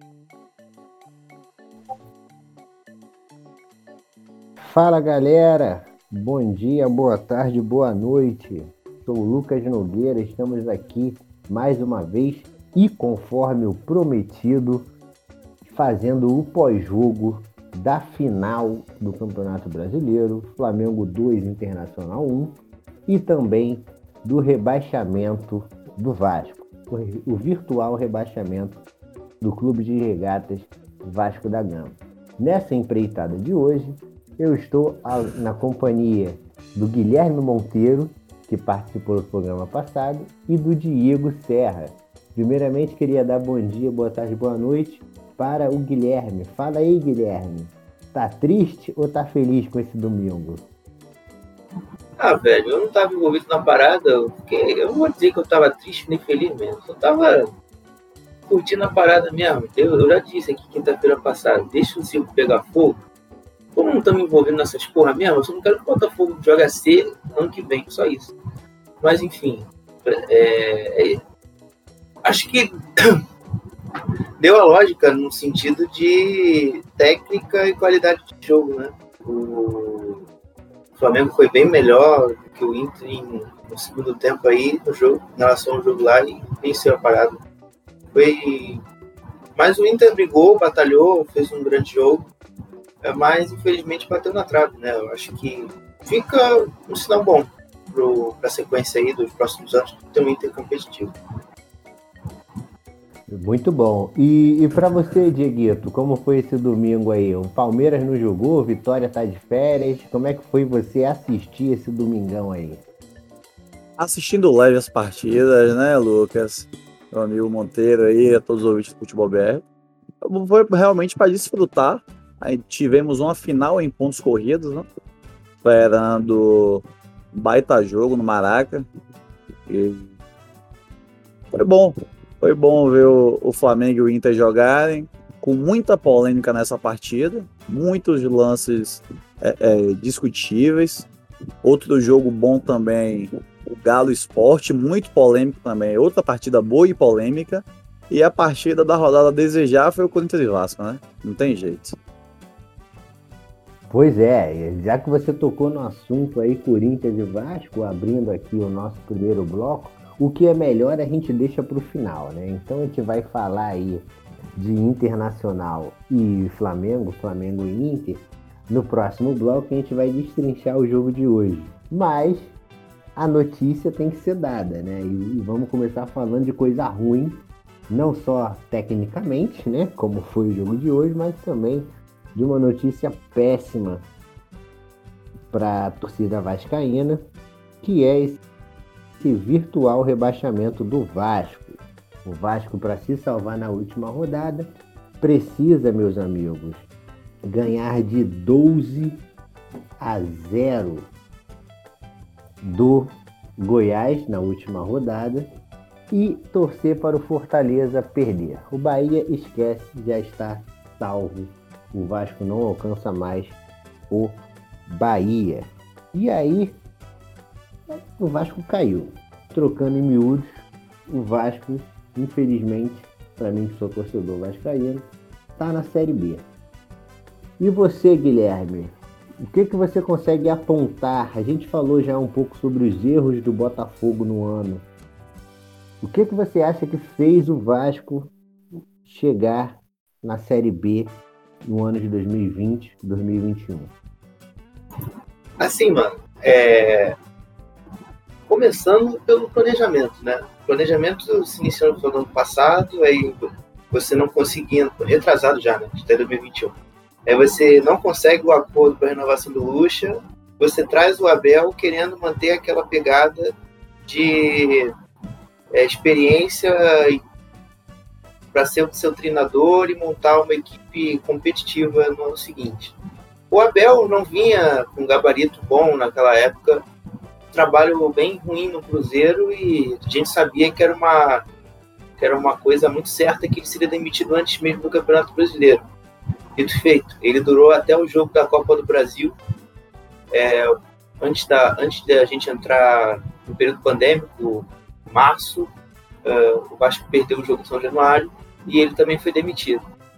Fala galera, bom dia, boa tarde, boa noite. Sou o Lucas Nogueira, estamos aqui mais uma vez e conforme o prometido, fazendo o pós-jogo da final do Campeonato Brasileiro, Flamengo 2, Internacional 1 e também do rebaixamento do Vasco, o virtual rebaixamento do Clube de Regatas Vasco da Gama. Nessa empreitada de hoje, eu estou na companhia do Guilherme Monteiro, que participou do programa passado, e do Diego Serra. Primeiramente, queria dar bom dia, boa tarde, boa noite para o Guilherme. Fala aí, Guilherme. Tá triste ou tá feliz com esse domingo? Velho, eu não tava envolvido na parada, porque eu não vou dizer que eu tava triste nem feliz mesmo. Eu tava curtindo a parada mesmo. Eu já disse aqui quinta-feira passada, deixa o circo pegar fogo. Como não estamos envolvendo nessas porra mesmo, eu só não quero que o Botafogo jogue C ano que vem, só isso. Mas enfim, acho que deu a lógica no sentido de técnica e qualidade de jogo, né? O Flamengo foi bem melhor do que o Inter no segundo tempo aí no jogo, em relação ao jogo lá, e venceu a parada. Mas o Inter brigou, batalhou, fez um grande jogo. Mas infelizmente bateu na trave, né? Eu acho que fica um sinal bom para a sequência aí dos próximos anos ter um Inter competitivo. Muito bom. E para você, Dieguito, como foi esse domingo aí? O Palmeiras não jogou, o Vitória tá de férias. Como é que foi você assistir esse domingão aí? Assistindo leve as partidas, né, Lucas? Meu amigo Monteiro aí, a todos os ouvintes do Futebol BR. Foi realmente para desfrutar. Aí tivemos uma final em pontos corridos, né? Esperando um baita jogo no Maraca. E foi bom ver o Flamengo e o Inter jogarem, com muita polêmica nessa partida, muitos lances discutíveis. Outro jogo bom também, o Galo Sport, muito polêmico também, outra partida boa e polêmica. E a partida da rodada a desejar foi o Corinthians e Vasco, né? Não tem jeito. Pois é, já que você tocou no assunto aí, Corinthians e Vasco, abrindo aqui o nosso primeiro bloco, o que é melhor a gente deixa para o final, né? Então a gente vai falar aí de Internacional e Flamengo e Inter, no próximo bloco a gente vai destrinchar o jogo de hoje. Mas a notícia tem que ser dada, né? E vamos começar falando de coisa ruim, não só tecnicamente, né? Como foi o jogo de hoje, mas também de uma notícia péssima para a torcida vascaína, que é esse virtual rebaixamento do Vasco. O Vasco, para se salvar na última rodada, precisa, meus amigos, ganhar de 12-0 do Goiás na última rodada e torcer para o Fortaleza perder. O Bahia esquece, já está salvo. O Vasco não alcança mais o Bahia. E aí, o Vasco caiu. Trocando em miúdos, o Vasco, infelizmente, para mim que sou torcedor vascaíno, está na Série B. E você, Guilherme, o que você consegue apontar? A gente falou já um pouco sobre os erros do Botafogo no ano. O que você acha que fez o Vasco chegar na Série B no ano de 2020, 2021? Assim, mano, começando pelo planejamento, né? O planejamento se iniciou no ano passado, aí você não conseguindo, retrasado já, né? Até 2021. Aí você não consegue o acordo para a renovação do Lucha, você traz o Abel querendo manter aquela pegada de experiência para ser o seu treinador e montar uma equipe competitiva no ano seguinte. O Abel não vinha com um gabarito bom naquela época, trabalho bem ruim no Cruzeiro, e a gente sabia que era uma coisa muito certa, que ele seria demitido antes mesmo do Campeonato Brasileiro. Dito feito, ele durou até o jogo da Copa do Brasil, antes da gente entrar no período pandêmico, março. O Vasco perdeu o jogo de São Januário e ele também foi demitido.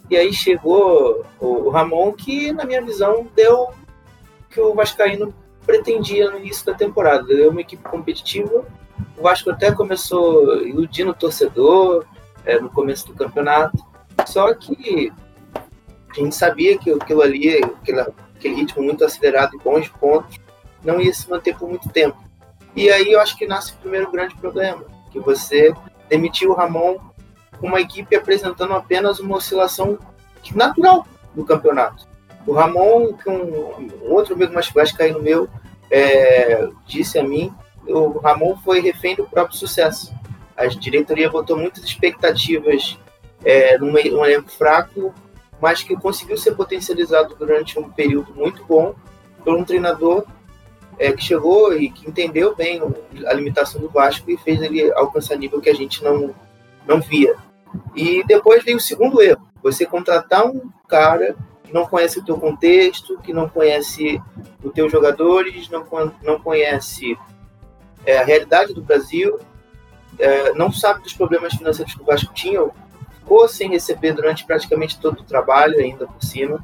E aí chegou o Ramon, que, na minha visão, deu o que o Vascaíno pretendia no início da temporada. Deu uma equipe competitiva. O Vasco até começou iludindo o torcedor no começo do campeonato. Só que a gente sabia que aquilo ali, aquele ritmo muito acelerado e bons pontos, não ia se manter por muito tempo. E aí eu acho que nasce o primeiro grande problema, que você demitiu o Ramon com uma equipe apresentando apenas uma oscilação natural do campeonato. O Ramon, que um outro amigo mais vascaíno meu disse a mim, o Ramon foi refém do próprio sucesso. A diretoria botou muitas expectativas num elenco fraco, mas que conseguiu ser potencializado durante um período muito bom por um treinador que chegou e que entendeu bem a limitação do Vasco e fez ele alcançar nível que a gente não via. E depois veio o segundo erro, você contratar um cara que não conhece o teu contexto, que não conhece os teus jogadores, não conhece a realidade do Brasil, não sabe dos problemas financeiros que o Vasco tinha, ficou sem receber durante praticamente todo o trabalho ainda por cima,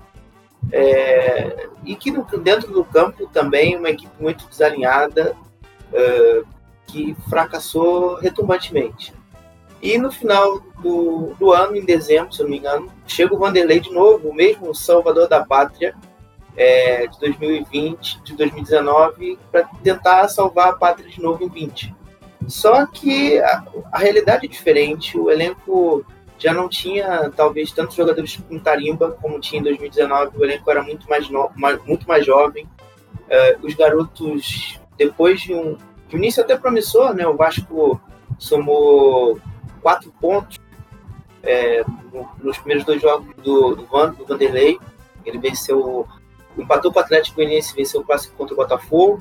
e que dentro do campo também uma equipe muito desalinhada, que fracassou retumbantemente. E no final do ano, em dezembro, se eu não me engano, chega o Vanderlei de novo, o mesmo salvador da pátria de 2020, de 2019, para tentar salvar a pátria de novo em 20. Só que a realidade é diferente, o elenco já não tinha, talvez, tantos jogadores com tarimba como tinha em 2019, o elenco era muito mais jovem. Os garotos, depois de um início até promissor, né, o Vasco somou 4 pontos nos primeiros 2 jogos do Vanderlei. Ele empatou com o Atlético Goianiense, venceu o clássico contra o Botafogo.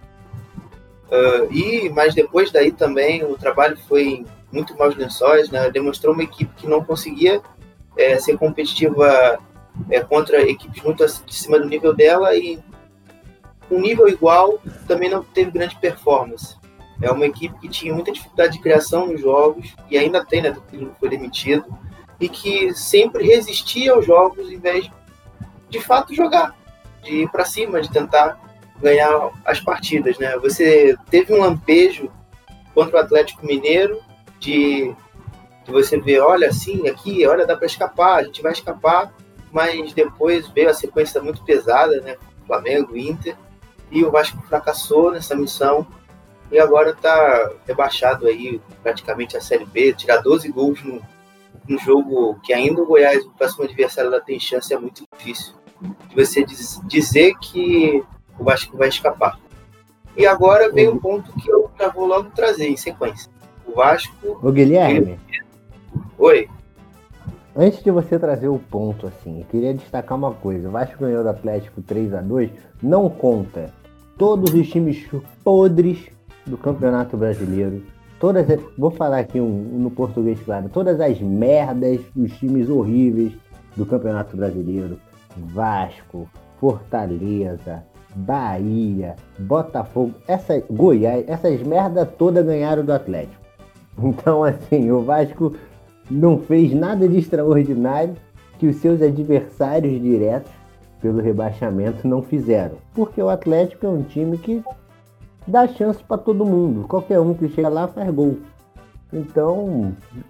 Mas depois daí também o trabalho foi muito maus lençóis, né? Demonstrou uma equipe que não conseguia ser competitiva contra equipes muito de cima do nível dela, e um nível igual também não teve grande performance. É uma equipe que tinha muita dificuldade de criação nos jogos, e ainda tem, né, porque ele foi demitido, e que sempre resistia aos jogos em vez de fato jogar, de ir para cima, de tentar ganhar as partidas, né? Você teve um lampejo contra o Atlético Mineiro de você ver, olha, assim, aqui, olha, dá para escapar, a gente vai escapar, mas depois veio a sequência muito pesada, né? Flamengo, Inter, e o Vasco fracassou nessa missão, e agora está rebaixado aí praticamente a Série B. Tirar 12 gols no jogo que ainda o Goiás, o próximo adversário lá, tem chance, é muito difícil de você dizer que o Vasco vai escapar. E agora vem um ponto que eu já vou logo trazer em sequência. O Vasco... Ô, Guilherme. Oi. Antes de você trazer o ponto, assim, eu queria destacar uma coisa. O Vasco ganhou do Atlético 3-2, não conta todos os times podres do Campeonato Brasileiro. Vou falar aqui no português, claro. Todas as merdas dos times horríveis do Campeonato Brasileiro. Vasco, Fortaleza, Bahia, Botafogo, Goiás, essas merdas todas ganharam do Atlético. Então, assim, o Vasco não fez nada de extraordinário que os seus adversários diretos pelo rebaixamento não fizeram. Porque o Atlético é um time que dá chance para todo mundo. Qualquer um que chega lá faz gol. Então,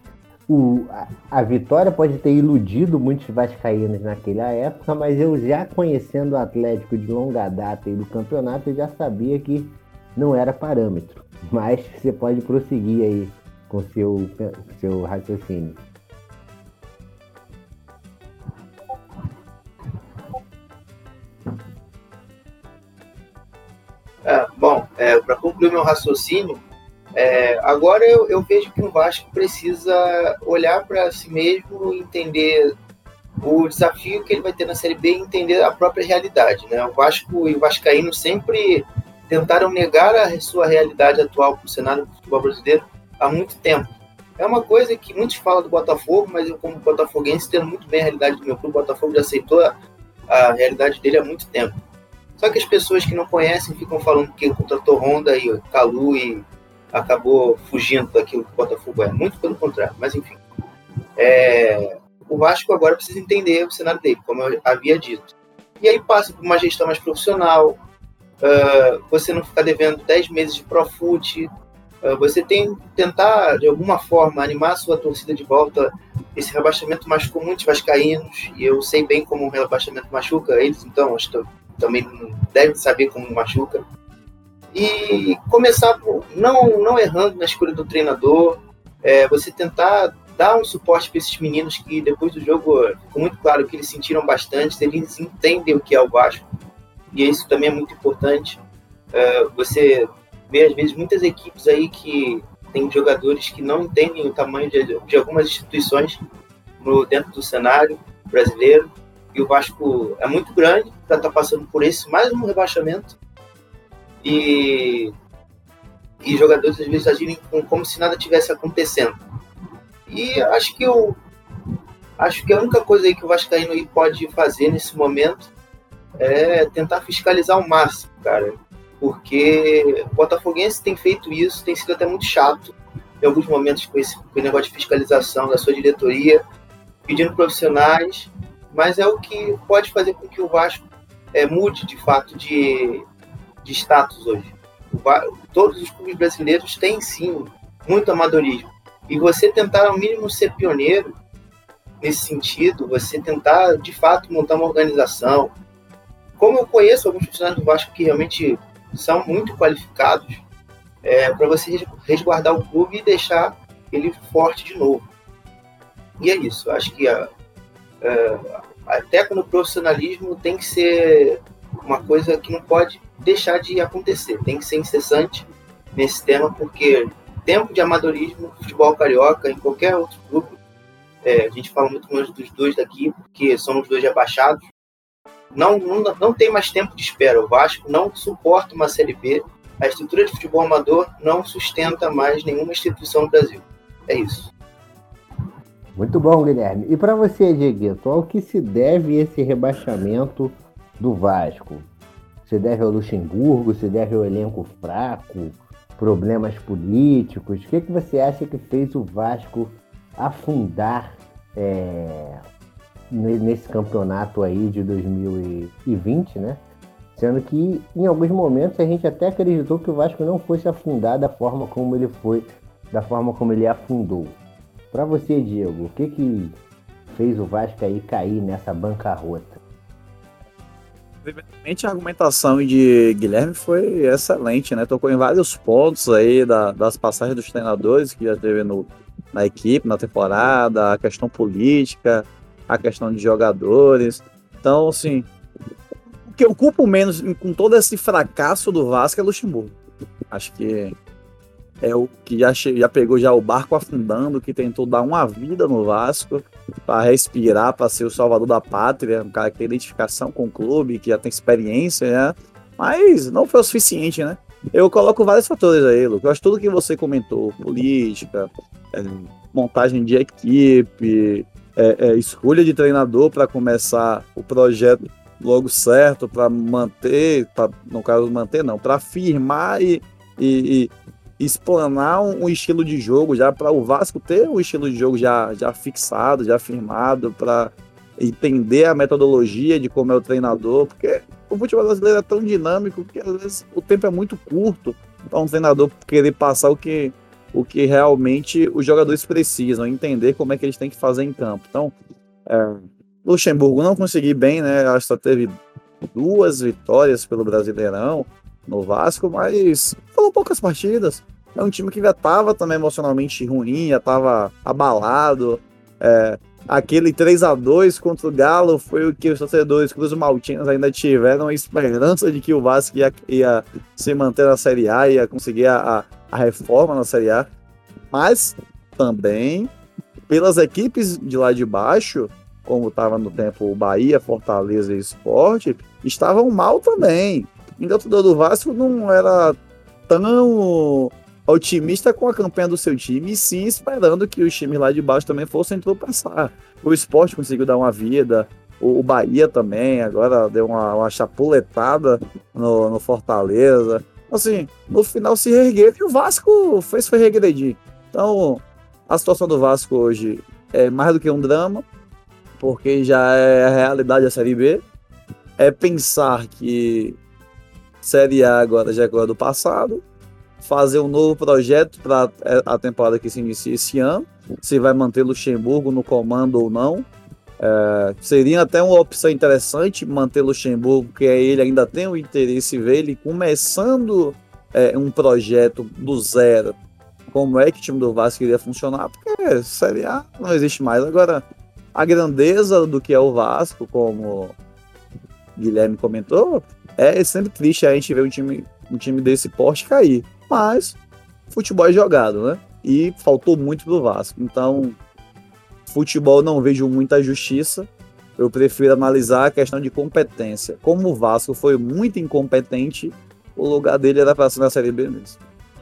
a vitória pode ter iludido muitos vascaínos naquela época, mas eu já conhecendo o Atlético de longa data e do campeonato, eu já sabia que não era parâmetro. Mas você pode prosseguir aí com seu raciocínio. Para concluir meu raciocínio, agora eu vejo que o Vasco precisa olhar para si mesmo e entender o desafio que ele vai ter na Série B e entender a própria realidade, né? O Vasco e o vascaíno sempre tentaram negar a sua realidade atual para o cenário do futebol brasileiro há muito tempo. É uma coisa que muitos falam do Botafogo, mas eu, como botafoguense, entendo muito bem a realidade do meu clube. O Botafogo já aceitou a realidade dele há muito tempo. Só que as pessoas que não conhecem ficam falando que contratou Honda e Calu e acabou fugindo daquilo que o Botafogo é. Muito pelo contrário, mas enfim. o Vasco agora precisa entender o cenário dele, como eu havia dito. E aí passa por uma gestão mais profissional, você não ficar devendo 10 meses de Profut, você tem que tentar, de alguma forma, animar a sua torcida de volta. Esse rebaixamento machucou muitos vascaínos, e eu sei bem como o rebaixamento machuca eles, então acho que também devem saber como machuca. E começar não errando na escolha do treinador, você tentar dar um suporte para esses meninos que depois do jogo ficou muito claro que eles sentiram bastante, eles entendem o que é o Vasco, e isso também é muito importante. Você vê às vezes muitas equipes aí que tem jogadores que não entendem o tamanho de algumas instituições dentro do cenário brasileiro, e o Vasco é muito grande para estar passando por mais um rebaixamento, e jogadores às vezes agirem como se nada tivesse acontecendo. E acho que a única coisa aí que o vascaíno aí pode fazer nesse momento é tentar fiscalizar ao máximo, cara, porque o botafoguense tem feito isso, tem sido até muito chato em alguns momentos com esse negócio de fiscalização da sua diretoria, pedindo profissionais, mas é o que pode fazer com que o Vasco mude de fato de status hoje. Todos os clubes brasileiros têm sim muito amadorismo, e você tentar ao mínimo ser pioneiro nesse sentido, você tentar de fato montar uma organização. Como eu conheço alguns funcionários do Vasco que realmente são muito qualificados, para você resguardar o clube e deixar ele forte de novo. E é isso, acho que até no profissionalismo tem que ser uma coisa que não pode deixar de acontecer, tem que ser incessante nesse tema, porque tempo de amadorismo, futebol carioca, em qualquer outro clube, a gente fala muito menos dos dois daqui, porque somos dois rebaixados, não tem mais tempo de espera. O Vasco não suporta uma Série B, a estrutura de futebol amador não sustenta mais nenhuma instituição no Brasil. É isso. Muito bom, Guilherme. E para você, Dieguito, ao que se deve esse rebaixamento do Vasco? Se deve ao Luxemburgo? Se deve ao elenco fraco? Problemas políticos? O que você acha que fez o Vasco afundar nesse campeonato aí de 2020, né? Sendo que em alguns momentos a gente até acreditou que o Vasco não fosse afundar da forma como ele foi, da forma como ele afundou. Para você, Diego, o que fez o Vasco aí cair nessa bancarrota? Primeiramente, a argumentação de Guilherme foi excelente, né? Tocou em vários pontos aí das passagens dos treinadores que já teve na equipe, na temporada, a questão política, a questão de jogadores. Então, assim, o que eu culpo menos com todo esse fracasso do Vasco é Luxemburgo. Acho que é o que já pegou já o barco afundando, que tentou dar uma vida no Vasco para respirar, para ser o salvador da pátria, um cara que tem identificação com o clube, que já tem experiência, né? Mas não foi o suficiente, né? Eu coloco vários fatores aí, Lucas. Eu acho que tudo que você comentou, política, montagem de equipe, escolha de treinador para começar o projeto logo certo, para manter, no caso manter não, para firmar e explanar um estilo de jogo, já para o Vasco ter um estilo de jogo já fixado, já firmado, para entender a metodologia de como é o treinador, porque o futebol brasileiro é tão dinâmico que às vezes o tempo é muito curto para um treinador querer passar o que realmente os jogadores precisam, entender como é que eles têm que fazer em campo. Então, Luxemburgo não consegui bem, né? Acho que só teve 2 vitórias pelo Brasileirão no Vasco, mas foram poucas partidas. É um time que já estava também emocionalmente ruim, já estava abalado. Aquele 3-2 contra o Galo foi o que os torcedores cruz-maltinos ainda tiveram a esperança de que o Vasco ia se manter na Série A, ia conseguir a reforma na Série A. Mas também, pelas equipes de lá de baixo, como estava no tempo o Bahia, Fortaleza e Sport, estavam mal também. Então, o torcedor do Vasco não era tão otimista com a campanha do seu time, e sim esperando que os times lá de baixo também fossem tropeçar. O Sport conseguiu dar uma vida, o Bahia também, agora deu uma chapuletada no Fortaleza. Assim, no final se reergueu e o Vasco foi regredir. Então, a situação do Vasco hoje é mais do que um drama. porque já é a realidade da Série B. É pensar que Série A agora já é coisa do passado, fazer um novo projeto para a temporada que se inicia esse ano, se vai manter Luxemburgo no comando ou não. Seria até uma opção interessante manter Luxemburgo, porque ele ainda tem o interesse, ver ele começando um projeto do zero, como é que o time do Vasco iria funcionar, porque Série A não existe mais. Agora, a grandeza do que é o Vasco, como Guilherme comentou, é sempre triste a gente ver um time desse porte cair, mas futebol é jogado, né? E faltou muito pro Vasco, então futebol não vejo muita justiça, eu prefiro analisar a questão de competência. Como o Vasco foi muito incompetente, o lugar dele era para ser na Série B mesmo.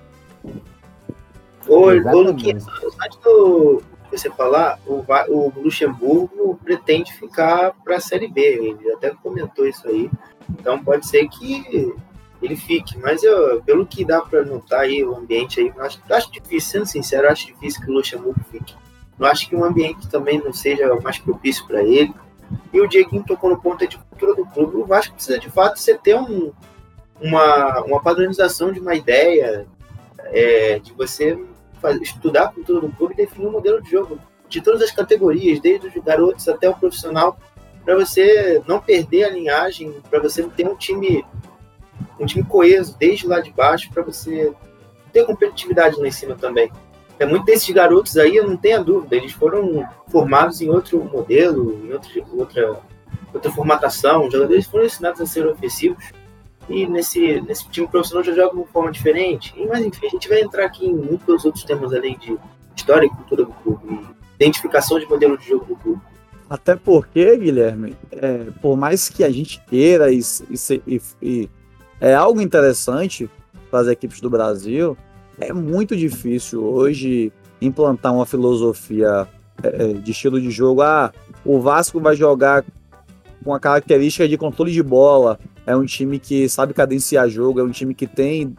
Ô Luquinhas, antes do você falar, o Luxemburgo pretende ficar para a Série B, ele até comentou isso aí, então pode ser que ele fique, mas pelo que dá para notar aí, o ambiente aí, acho difícil, sendo sincero, acho difícil que o Luxemburgo fique. Eu acho que o ambiente também não seja mais propício para ele. E o Dieguinho tocou no ponto de cultura do clube. O Vasco precisa, de fato, você ter uma padronização de uma ideia, de você estudar a cultura do clube e definir um modelo de jogo de todas as categorias, desde os garotos até o profissional, para você não perder a linhagem, para você ter um time coeso desde lá de baixo, para você ter competitividade lá em cima também. Muitos desses garotos aí, eu não tenho a dúvida, eles foram formados em outro modelo, em outra formatação, os jogadores foram ensinados a ser ofensivos, e nesse time profissional já joga de uma forma diferente. Mas enfim, a gente vai entrar aqui em muitos outros temas além de história e cultura do clube, identificação de modelo de jogo do clube. Até porque, Guilherme, por mais que a gente queira e é algo interessante para as equipes do Brasil, é muito difícil hoje implantar uma filosofia de estilo de jogo. O Vasco vai jogar com a característica de controle de bola, é um time que sabe cadenciar jogo, é um time que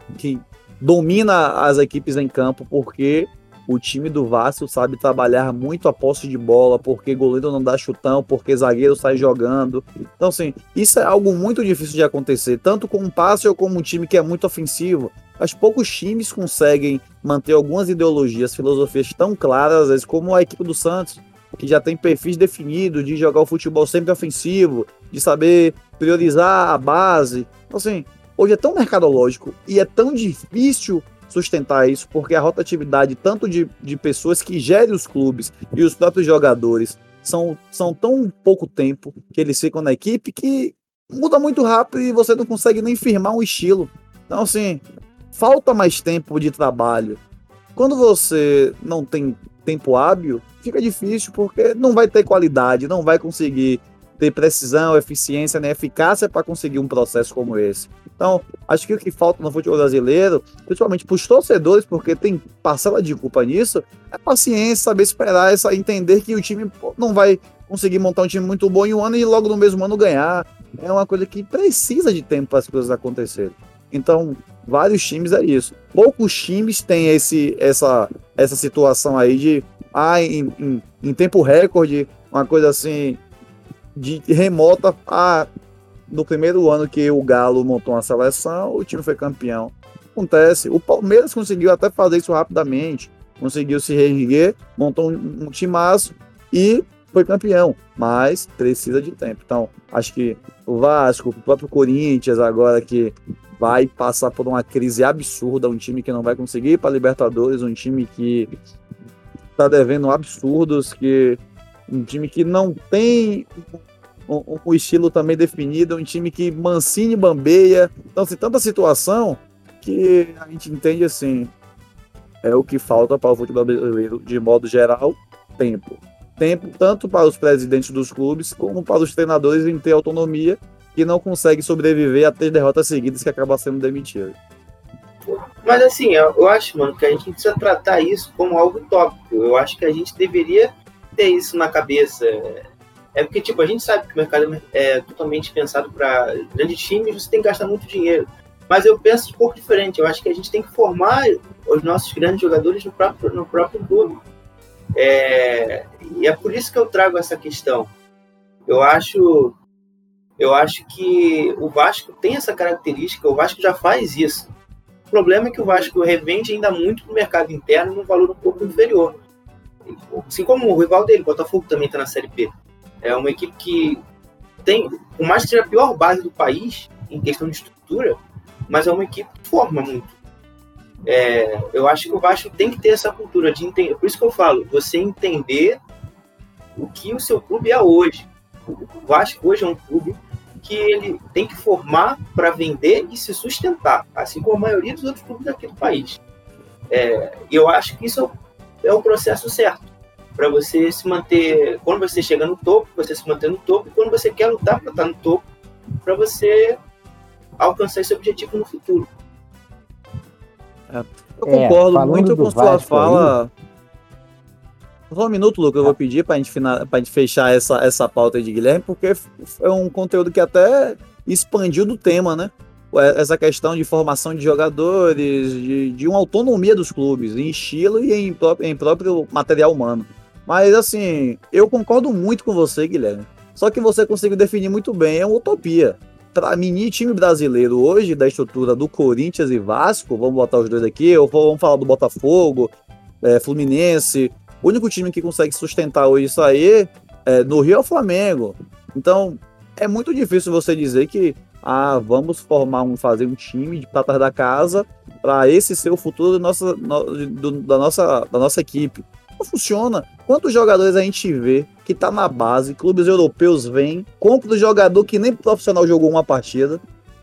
domina as equipes em campo, porque o time do Vasco sabe trabalhar muito a posse de bola, porque goleiro não dá chutão, porque zagueiro sai jogando. Então, assim, isso é algo muito difícil de acontecer, tanto com um passe ou como um time que é muito ofensivo. Mas poucos times conseguem manter algumas ideologias, filosofias tão claras, às vezes, como a equipe do Santos, que já tem perfis definidos de jogar o futebol sempre ofensivo, de saber priorizar a base. Então, assim, hoje é tão mercadológico e é tão difícil sustentar isso, porque a rotatividade tanto de pessoas que gerem os clubes e os próprios jogadores são tão pouco tempo que eles ficam na equipe que muda muito rápido e você não consegue nem firmar um estilo. Então, assim, falta mais tempo de trabalho. Quando você não tem tempo hábil, fica difícil, porque não vai ter qualidade, não vai conseguir ter precisão, eficiência, nem eficácia para conseguir um processo como esse. Então, acho que o que falta no futebol brasileiro, principalmente para os torcedores, porque tem parcela de culpa nisso, é paciência, saber esperar, entender que o time não vai conseguir montar um time muito bom em um ano e logo no mesmo ano ganhar. É uma coisa que precisa de tempo para as coisas acontecerem. Então, vários times é isso. Poucos times têm essa situação aí de em tempo recorde, uma coisa assim de remota. No primeiro ano que o Galo montou uma seleção, o time foi campeão. Acontece. O Palmeiras conseguiu até fazer isso rapidamente, conseguiu se reerguer, montou um timaço e foi campeão, mas precisa de tempo. Então, acho que o Vasco, o próprio Corinthians agora, que vai passar por uma crise absurda, um time que não vai conseguir ir para a Libertadores, um time que está devendo absurdos, um time que não tem um estilo também definido, um time que Mancini bambeia. Então, assim, tanta situação que a gente entende assim, é o que falta para o futebol brasileiro, de modo geral, tempo. Tempo tanto para os presidentes dos clubes, como para os treinadores em ter autonomia, que não consegue sobreviver a 3 derrotas seguidas que acaba sendo demitido. Mas assim, eu acho, mano, que a gente precisa tratar isso como algo utópico. Eu acho que a gente deveria ter isso na cabeça. Porque, tipo, a gente sabe que o mercado é totalmente pensado para grandes times, você tem que gastar muito dinheiro. Mas eu penso um pouco diferente. Eu acho que a gente tem que formar os nossos grandes jogadores no próprio clube. E é por isso que eu trago essa questão. Eu acho que o Vasco tem essa característica, o Vasco já faz isso. O problema é que o Vasco revende ainda muito no mercado interno num valor um pouco inferior. Assim como o rival dele, o Botafogo, também está na Série B. É uma equipe que tem, por mais que seja a pior base do país, em questão de estrutura, mas é uma equipe que forma muito. Eu acho que o Vasco tem que ter essa cultura de entender. Por isso que eu falo, você entender o que o seu clube é hoje. O Vasco hoje é um clube que ele tem que formar para vender e se sustentar, assim como a maioria dos outros clubes daqui do país. E eu acho que isso é o processo certo para você se manter. Quando você chega no topo, você se manter no topo, e quando você quer lutar para estar no topo, para você alcançar esse objetivo no futuro. Eu concordo muito com sua Vasco fala. Aí. Só um minuto, Lucas, eu vou pedir para a gente fechar essa pauta aí de Guilherme, porque é um conteúdo que até expandiu do tema, né? Essa questão de formação de jogadores, de uma autonomia dos clubes, em estilo e em próprio material humano. Mas, assim, eu concordo muito com você, Guilherme. Só que você conseguiu definir muito bem, é uma utopia. Para mim, time brasileiro hoje, da estrutura do Corinthians e Vasco, vamos botar os dois aqui, ou vamos falar do Botafogo, Fluminense. O único time que consegue sustentar hoje isso aí no Rio é o Flamengo. Então, é muito difícil você dizer que vamos fazer um time para trás da casa para esse ser o futuro da nossa equipe. Não funciona. Quantos jogadores a gente vê que tá na base, clubes europeus vêm, compram o jogador que nem profissional jogou uma partida.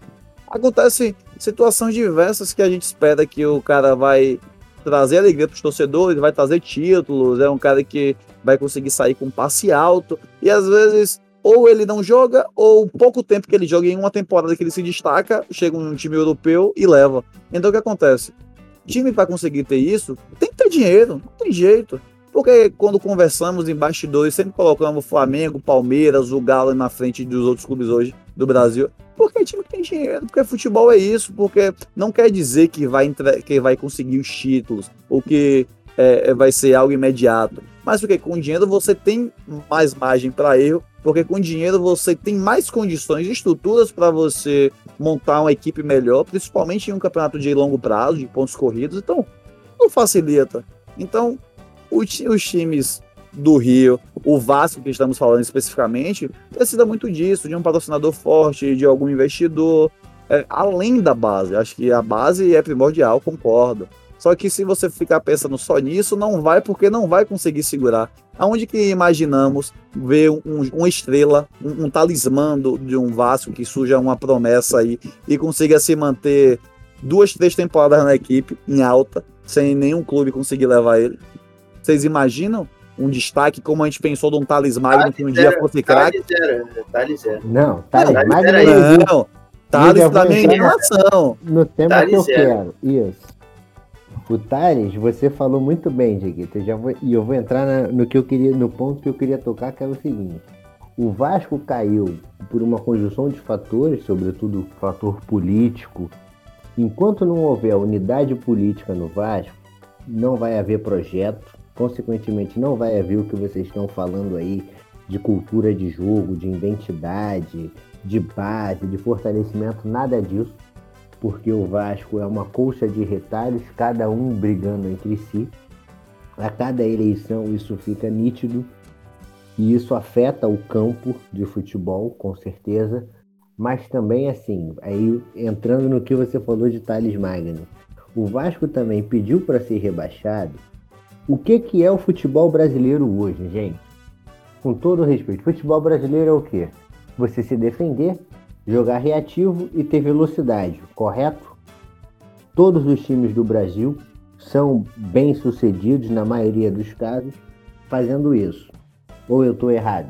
Acontece situações diversas que a gente espera que o cara vai trazer alegria para os torcedores, vai trazer títulos, é um cara que vai conseguir sair com passe alto, e às vezes ou ele não joga, ou pouco tempo que ele joga, em uma temporada que ele se destaca, chega um time europeu e leva. Então o que acontece? Time para conseguir ter isso, tem que ter dinheiro, não tem jeito. Porque quando conversamos em bastidores, sempre colocamos o Flamengo, Palmeiras, o Galo na frente dos outros clubes hoje do Brasil. Porque é time que tem dinheiro, porque futebol é isso, porque não quer dizer que vai conseguir os títulos, ou que vai ser algo imediato. Mas porque com dinheiro você tem mais margem para erro, porque com dinheiro você tem mais condições e estruturas para você montar uma equipe melhor, principalmente em um campeonato de longo prazo, de pontos corridos. Então, não facilita. Então, os times do Rio, o Vasco que estamos falando especificamente, precisa muito disso, de um patrocinador forte, de algum investidor, além da base. Acho que a base é primordial, concordo. Só que se você ficar pensando só nisso, não vai, porque não vai conseguir segurar. Aonde que imaginamos ver uma estrela, um talismã de um Vasco que surja uma promessa aí e consiga se manter 2, 3 temporadas na equipe, em alta, sem nenhum clube conseguir levar ele? Vocês imaginam um destaque como a gente pensou de um Thales Magno que um dia fosse craque? Thales zero. Não, Thales Magno não. Thales pra mim é enganação. No tema Thales que eu zero. quero, isso. O Thales, você falou muito bem, Dieguito, e eu vou entrar no ponto que eu queria tocar, que é o seguinte. O Vasco caiu por uma conjunção de fatores, sobretudo fator político. Enquanto não houver unidade política no Vasco, não vai haver projeto, consequentemente não vai haver o que vocês estão falando aí de cultura de jogo, de identidade, de base, de fortalecimento, nada disso, porque o Vasco é uma colcha de retalhos, cada um brigando entre si. A cada eleição isso fica nítido e isso afeta o campo de futebol, com certeza, mas também assim, aí entrando no que você falou de Thales Magno, o Vasco também pediu para ser rebaixado. O que é o futebol brasileiro hoje, gente? Com todo respeito, futebol brasileiro é o quê? Você se defender, jogar reativo e ter velocidade, correto? Todos os times do Brasil são bem-sucedidos, na maioria dos casos, fazendo isso. Ou eu estou errado?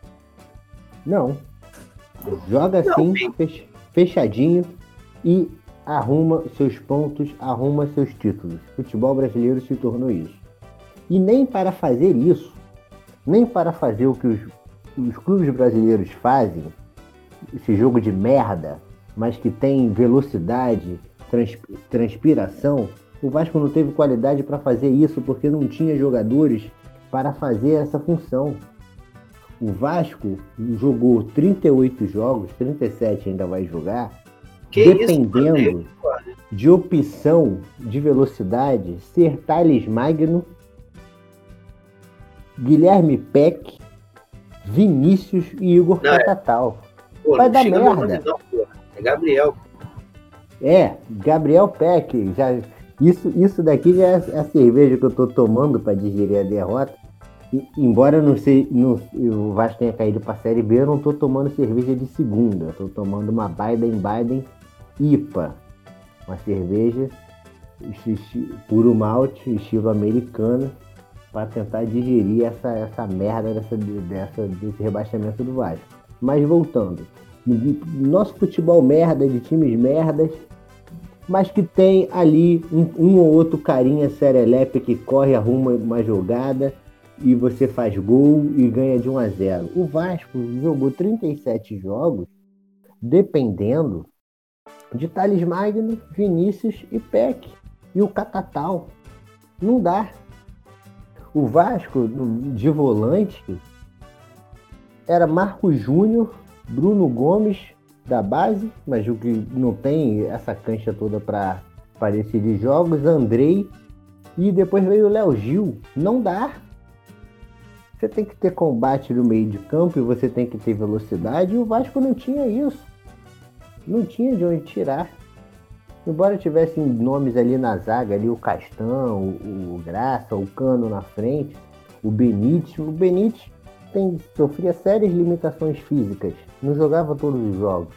Não. Joga assim, fechadinho e arruma seus pontos, arruma seus títulos. O futebol brasileiro se tornou isso. E nem para fazer isso, nem para fazer o que os clubes brasileiros fazem, esse jogo de merda, mas que tem velocidade, transpiração, o Vasco não teve qualidade para fazer isso porque não tinha jogadores para fazer essa função. O Vasco jogou 38 jogos, 37 ainda vai jogar, dependendo de opção de velocidade, ser Thales Magno, Guilherme Peck, Vinícius e Igor Catatal. Vai dar merda. É Gabriel. Gabriel Peck. Isso daqui já é a cerveja que eu tô tomando para digerir a derrota. Embora o Vasco tenha caído para a Série B, eu não tô tomando cerveja de segunda. Eu tô tomando uma Baden IPA. Uma cerveja puro malte, estilo americano, para tentar digerir essa merda desse rebaixamento do Vasco. Mas voltando, nosso futebol merda, de times merdas, mas que tem ali um ou outro carinha serelepe que corre, arruma uma jogada e você faz gol e ganha de 1-0. O Vasco jogou 37 jogos dependendo de Thales Magno, Vinícius e Peck. E o Catatal. Não dá. O Vasco, de volante, era Marcos Júnior, Bruno Gomes, da base, mas o que não tem essa cancha toda para decidir jogos, Andrei, e depois veio o Léo Gil. Não dá. Você tem que ter combate no meio de campo e você tem que ter velocidade, e o Vasco não tinha isso. Não tinha de onde tirar. Embora tivessem nomes ali na zaga, ali o Castão, o Graça, o Cano na frente, o Benítez. O Benítez sofria sérias limitações físicas, não jogava todos os jogos.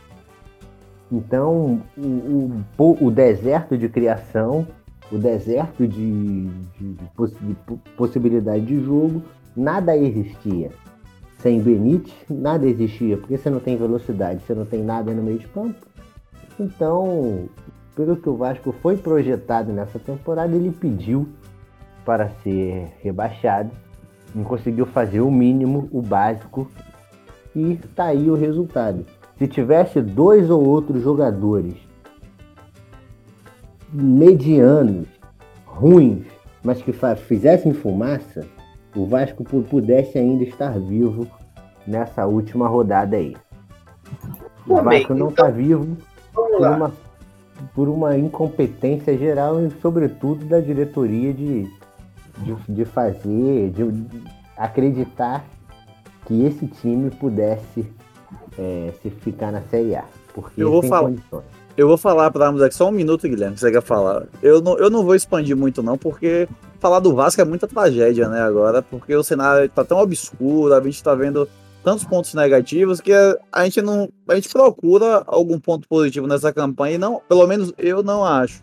Então, o deserto de criação, o deserto de possibilidade de jogo, nada existia. Sem Benítez, nada existia, porque você não tem velocidade, você não tem nada no meio de campo. Então, pelo que o Vasco foi projetado nessa temporada, ele pediu para ser rebaixado, não conseguiu fazer o mínimo, o básico, e tá aí o resultado. Se tivesse 2 ou outros jogadores medianos, ruins, mas que fizessem fumaça, o Vasco pudesse ainda estar vivo nessa última rodada aí. O Vasco não está vivo por uma incompetência geral e, sobretudo, da diretoria de acreditar que esse time pudesse se ficar na Série A. Porque eu vou falar para darmos aqui só um minuto, Guilherme, que você quer falar. Eu não vou expandir muito não, porque falar do Vasco é muita tragédia, né, agora, porque o cenário tá tão obscuro, a gente tá vendo tantos pontos negativos que a gente procura algum ponto positivo nessa campanha e não, pelo menos eu não acho.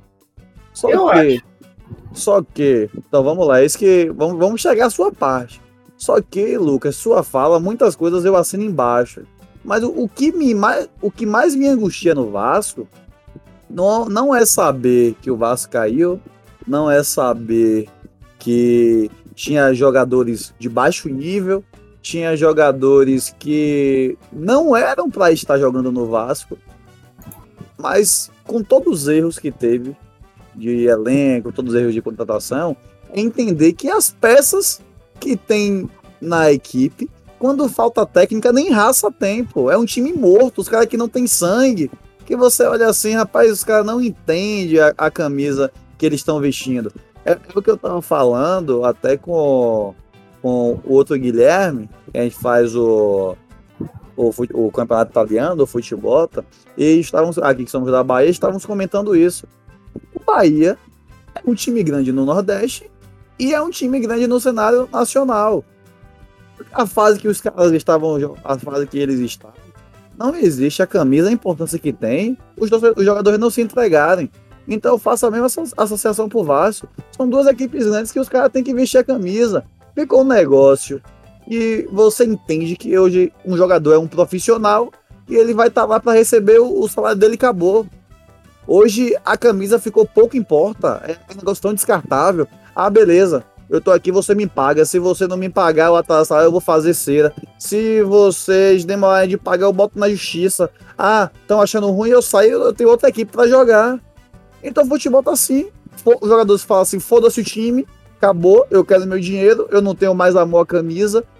Só que, então vamos lá, vamos chegar à sua parte. Só que, Lucas, sua fala, muitas coisas eu assino embaixo. Mas o que mais me angustia no Vasco não é saber que o Vasco caiu, não é saber que tinha jogadores de baixo nível, tinha jogadores que não eram para estar jogando no Vasco, mas com todos os erros que teve de elenco, todos os erros de contratação, é entender que as peças que tem na equipe, quando falta técnica, nem raça tempo. É um time morto, os caras que não tem sangue, que você olha assim, rapaz, os caras não entendem a camisa que eles estão vestindo. É o que eu tava falando até com o outro Guilherme, que a gente faz o campeonato italiano, o futebol, e estávamos aqui, que somos da Bahia, estávamos comentando isso. O Bahia é um time grande no Nordeste e é um time grande no cenário nacional. A fase que os caras estavam, a fase que eles estavam, não existe a camisa, a importância que tem, os jogadores não se entregarem. Então eu faço a mesma associação pro Vasco. São duas equipes grandes que os caras têm que vestir a camisa. Ficou um negócio e você entende que hoje um jogador é um profissional e ele vai estar lá para receber o salário dele e acabou. Hoje a camisa ficou pouco importa, é um negócio tão descartável. Ah, beleza, eu tô aqui, você me paga. Se você não me pagar o atraso, eu vou fazer cera. Se vocês demorarem de pagar, eu boto na justiça. Ah, estão achando ruim, eu saio, eu tenho outra equipe para jogar. Então o futebol tá assim. Os jogadores falam assim, foda-se o time, acabou, eu quero meu dinheiro, eu não tenho mais amor à camisa,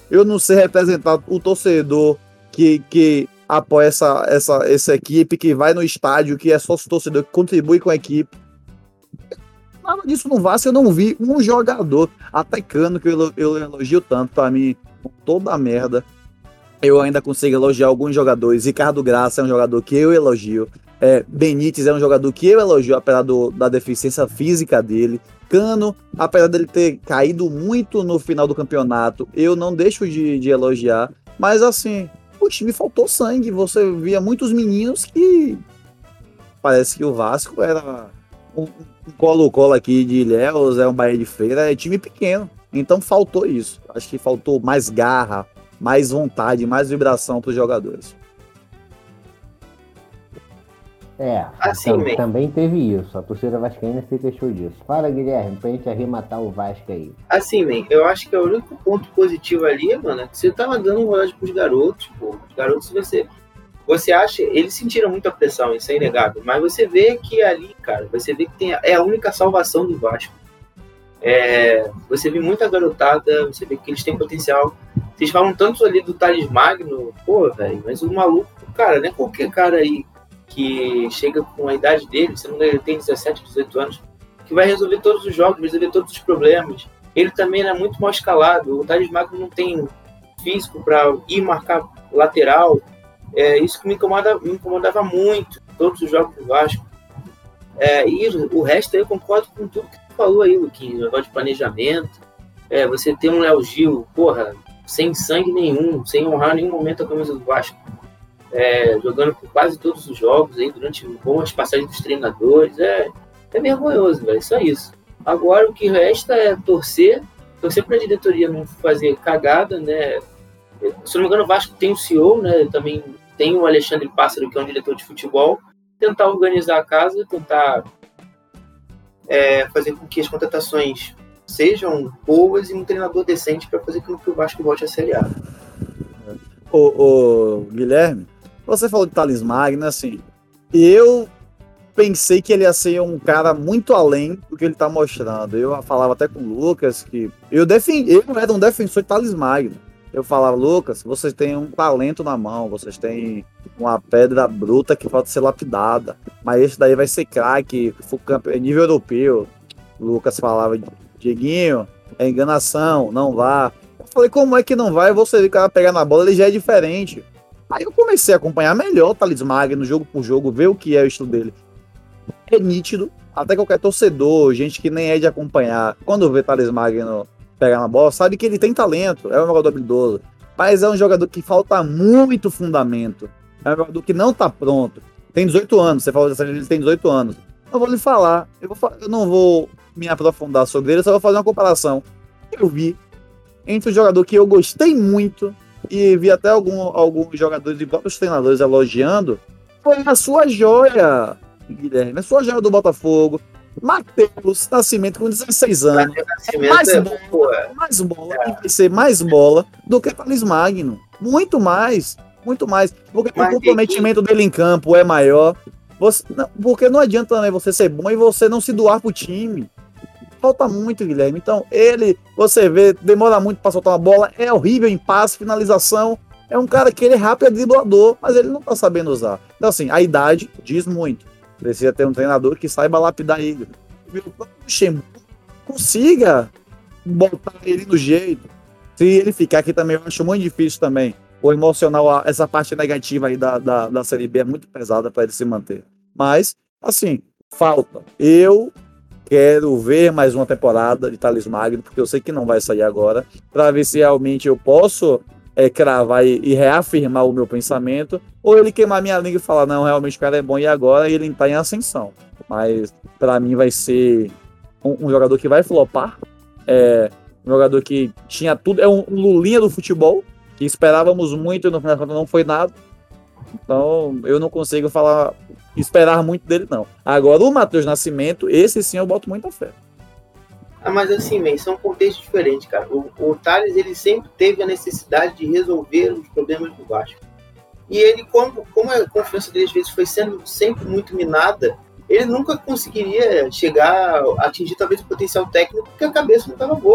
eu não sei representar o torcedor que apoia essa equipe, que vai no estádio, que é sócio torcedor, que contribui com a equipe. Nada disso no Vasco, eu não vi um jogador atacando que eu elogio tanto. Pra mim, toda a merda, eu ainda consigo elogiar alguns jogadores. Ricardo Graça é um jogador que eu elogio. Benítez é um jogador que eu elogio, apesar da deficiência física dele. Cano, apesar dele ter caído muito no final do campeonato, eu não deixo de elogiar. Mas assim, o time faltou sangue. Você via muitos meninos que parece que o Vasco era um Colo-Colo aqui de Ilhéus, um Bahia de Feira, é time pequeno. Então faltou isso. Acho que faltou mais garra, mais vontade, mais vibração para os jogadores. Assim, também teve isso. A torcida vascaína se queixou disso. Fala, Guilherme, pra gente arrematar o Vasco aí. Assim, man, eu acho que o único ponto positivo ali, mano, é que você tava dando rolagem pros garotos, pô. Os garotos, você acha, eles sentiram muita pressão, isso é inegável, mas você vê que ali, cara, você vê que é a única salvação do Vasco. Você vê muita garotada, você vê que eles têm potencial. Vocês falam tanto ali do Thales Magno, pô, velho, mas o maluco, cara, não é qualquer cara aí que chega com a idade dele, se não me engano, ele tem 17, 18 anos, que vai resolver todos os jogos, vai resolver todos os problemas. Ele também é muito mal escalado, o Thales Magno não tem físico para ir marcar lateral. Isso que me incomodava muito, todos os jogos do Vasco. E o resto eu concordo com tudo que tu falou aí, Luquinhos, negócio de planejamento. Você tem um Léo Gil, porra, sem sangue nenhum, sem honrar nenhum momento a camisa do Vasco. Jogando por quase todos os jogos aí, durante boas passagens dos treinadores. É vergonhoso, velho, só isso. Agora o que resta é torcer para a diretoria não fazer cagada, né? Se não me engano, o Vasco tem o CEO, né? Também tem o Alexandre Pássaro, que é um diretor de futebol. Tentar organizar a casa, tentar fazer com que as contratações sejam boas e um treinador decente para fazer com que o Vasco volte a Série A. Ô, Guilherme, você falou de Thales Magno, assim, eu pensei que ele ia ser um cara muito além do que ele tá mostrando. Eu falava até com o Lucas que eu era um defensor de Thales Magno. Eu falava, Lucas, vocês têm um talento na mão, vocês têm uma pedra bruta que falta ser lapidada, mas esse daí vai ser craque, nível europeu. O Lucas falava, Dieguinho, é enganação, não vá. Eu falei, como é que não vai? Você vê o cara pegar na bola, ele já é diferente. Aí eu comecei a acompanhar melhor o Thales Magno, jogo por jogo, ver o que é o estilo dele. É nítido, até qualquer torcedor, gente que nem é de acompanhar, quando vê Thales Magno pegar na bola, sabe que ele tem talento, é um jogador habilidoso, mas é um jogador que falta muito fundamento, é um jogador que não tá pronto, tem 18 anos, você falou que ele tem 18 anos, eu vou lhe falar, eu não vou me aprofundar sobre ele, só vou fazer uma comparação que eu vi entre um jogador que eu gostei muito e vi até alguns jogadores e próprios treinadores elogiando, foi a sua joia, Guilherme, a sua joia do Botafogo, Matheus Nascimento, com 16 anos. Mais bola, e vai ser mais bola do que Thales Magno. Muito mais. Porque o comprometimento dele em campo é maior. Porque não adianta também você ser bom e você não se doar pro time. Falta muito, Guilherme. Então, você vê, demora muito para soltar uma bola, é horrível em passe, finalização. É um cara que ele é rápido, é driblador, mas ele não tá sabendo usar. Então, assim, a idade diz muito. Precisa ter um treinador que saiba lapidar ele. O Luxemburgo consiga botar ele no jeito. Se ele ficar aqui também, eu acho muito difícil também. O emocional, essa parte negativa aí da Série B é muito pesada para ele se manter. Mas, assim, falta. Eu quero ver mais uma temporada de Thales Magno, porque eu sei que não vai sair agora, para ver se realmente eu posso cravar e reafirmar o meu pensamento, ou ele queimar minha língua e falar, não, realmente o cara é bom e agora ele está em ascensão. Mas para mim vai ser um jogador que vai flopar, um jogador que tinha tudo, é um Lulinha do futebol, que esperávamos muito e no final não foi nada. Então eu não consigo esperar muito dele, não. Agora o Matheus Nascimento, esse sim eu boto muita fé. Mas assim, são contextos diferentes, cara. O Thales, ele sempre teve a necessidade de resolver os problemas do Vasco. E ele, como a confiança dele às vezes foi sendo sempre muito minada, ele nunca conseguiria chegar a atingir talvez o potencial técnico porque a cabeça não estava boa.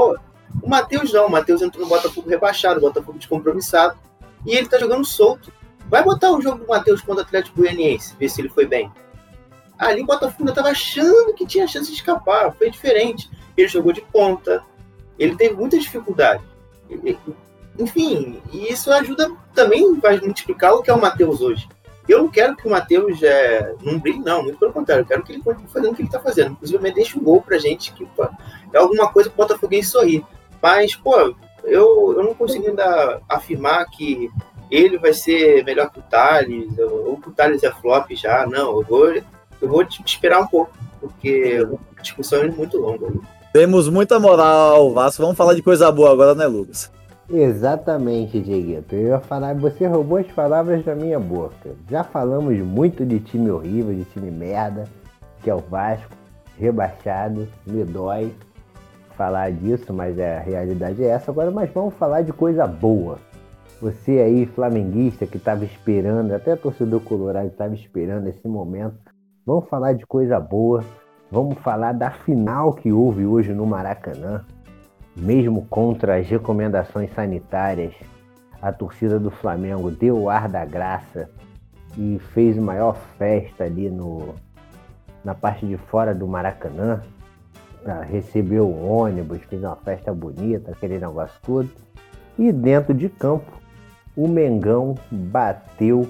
O Matheus não, o Matheus entrou no Botafogo rebaixado, o Botafogo descompromissado, e ele tá jogando solto. Vai botar o jogo do Matheus contra o Atlético Goianiense, ver se ele foi bem. Ali o Botafogo ainda tava achando que tinha chance de escapar, foi diferente. Ele jogou de ponta, ele teve muita dificuldade. Enfim, e isso ajuda também, vai multiplicar o que é o Matheus hoje. Eu não quero que o Matheus não brilhe, não, muito pelo contrário, eu quero que ele continue fazendo o que ele tá fazendo. Inclusive, ele deixa um gol pra gente, que pô, é alguma coisa que o Botafoguense sorrir. Mas, pô, eu não consigo ainda afirmar que ele vai ser melhor que o Thales, ou que o Thales é flop já. Não, eu vou esperar um pouco, porque a discussão é muito longa. Temos muita moral, Vasco. Vamos falar de coisa boa agora, né, Lucas? Exatamente, Dieguito. Eu ia falar, você roubou as palavras da minha boca. Já falamos muito de time horrível, de time merda, que é o Vasco, rebaixado, me dói falar disso, mas a realidade é essa. Agora, mas vamos falar de coisa boa. Você aí, flamenguista, que estava esperando, até torcedor colorado estava esperando esse momento, vamos falar de coisa boa. Vamos falar da final que houve hoje no Maracanã. Mesmo contra as recomendações sanitárias, a torcida do Flamengo deu o ar da graça e fez a maior festa ali na parte de fora do Maracanã. Recebeu o ônibus, fez uma festa bonita, aquele negócio todo. E dentro de campo, o Mengão bateu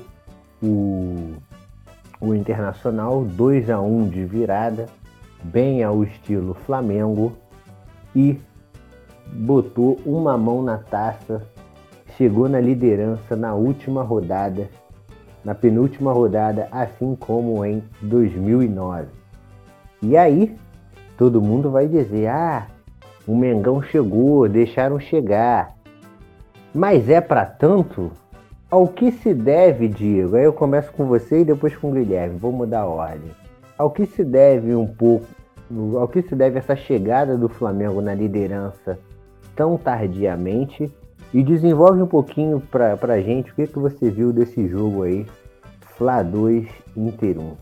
o Internacional 2-1 de virada, bem ao estilo Flamengo, e botou uma mão na taça, chegou na liderança na última rodada, na penúltima rodada, assim como em 2009. E aí, todo mundo vai dizer, o Mengão chegou, deixaram chegar. Mas é para tanto? Ao que se deve, Diego? Aí eu começo com você e depois com o Guilherme, vou mudar a ordem. Ao que se deve essa chegada do Flamengo na liderança tão tardiamente? E desenvolve um pouquinho pra gente o que você viu desse jogo aí, Fla 2, Inter 1.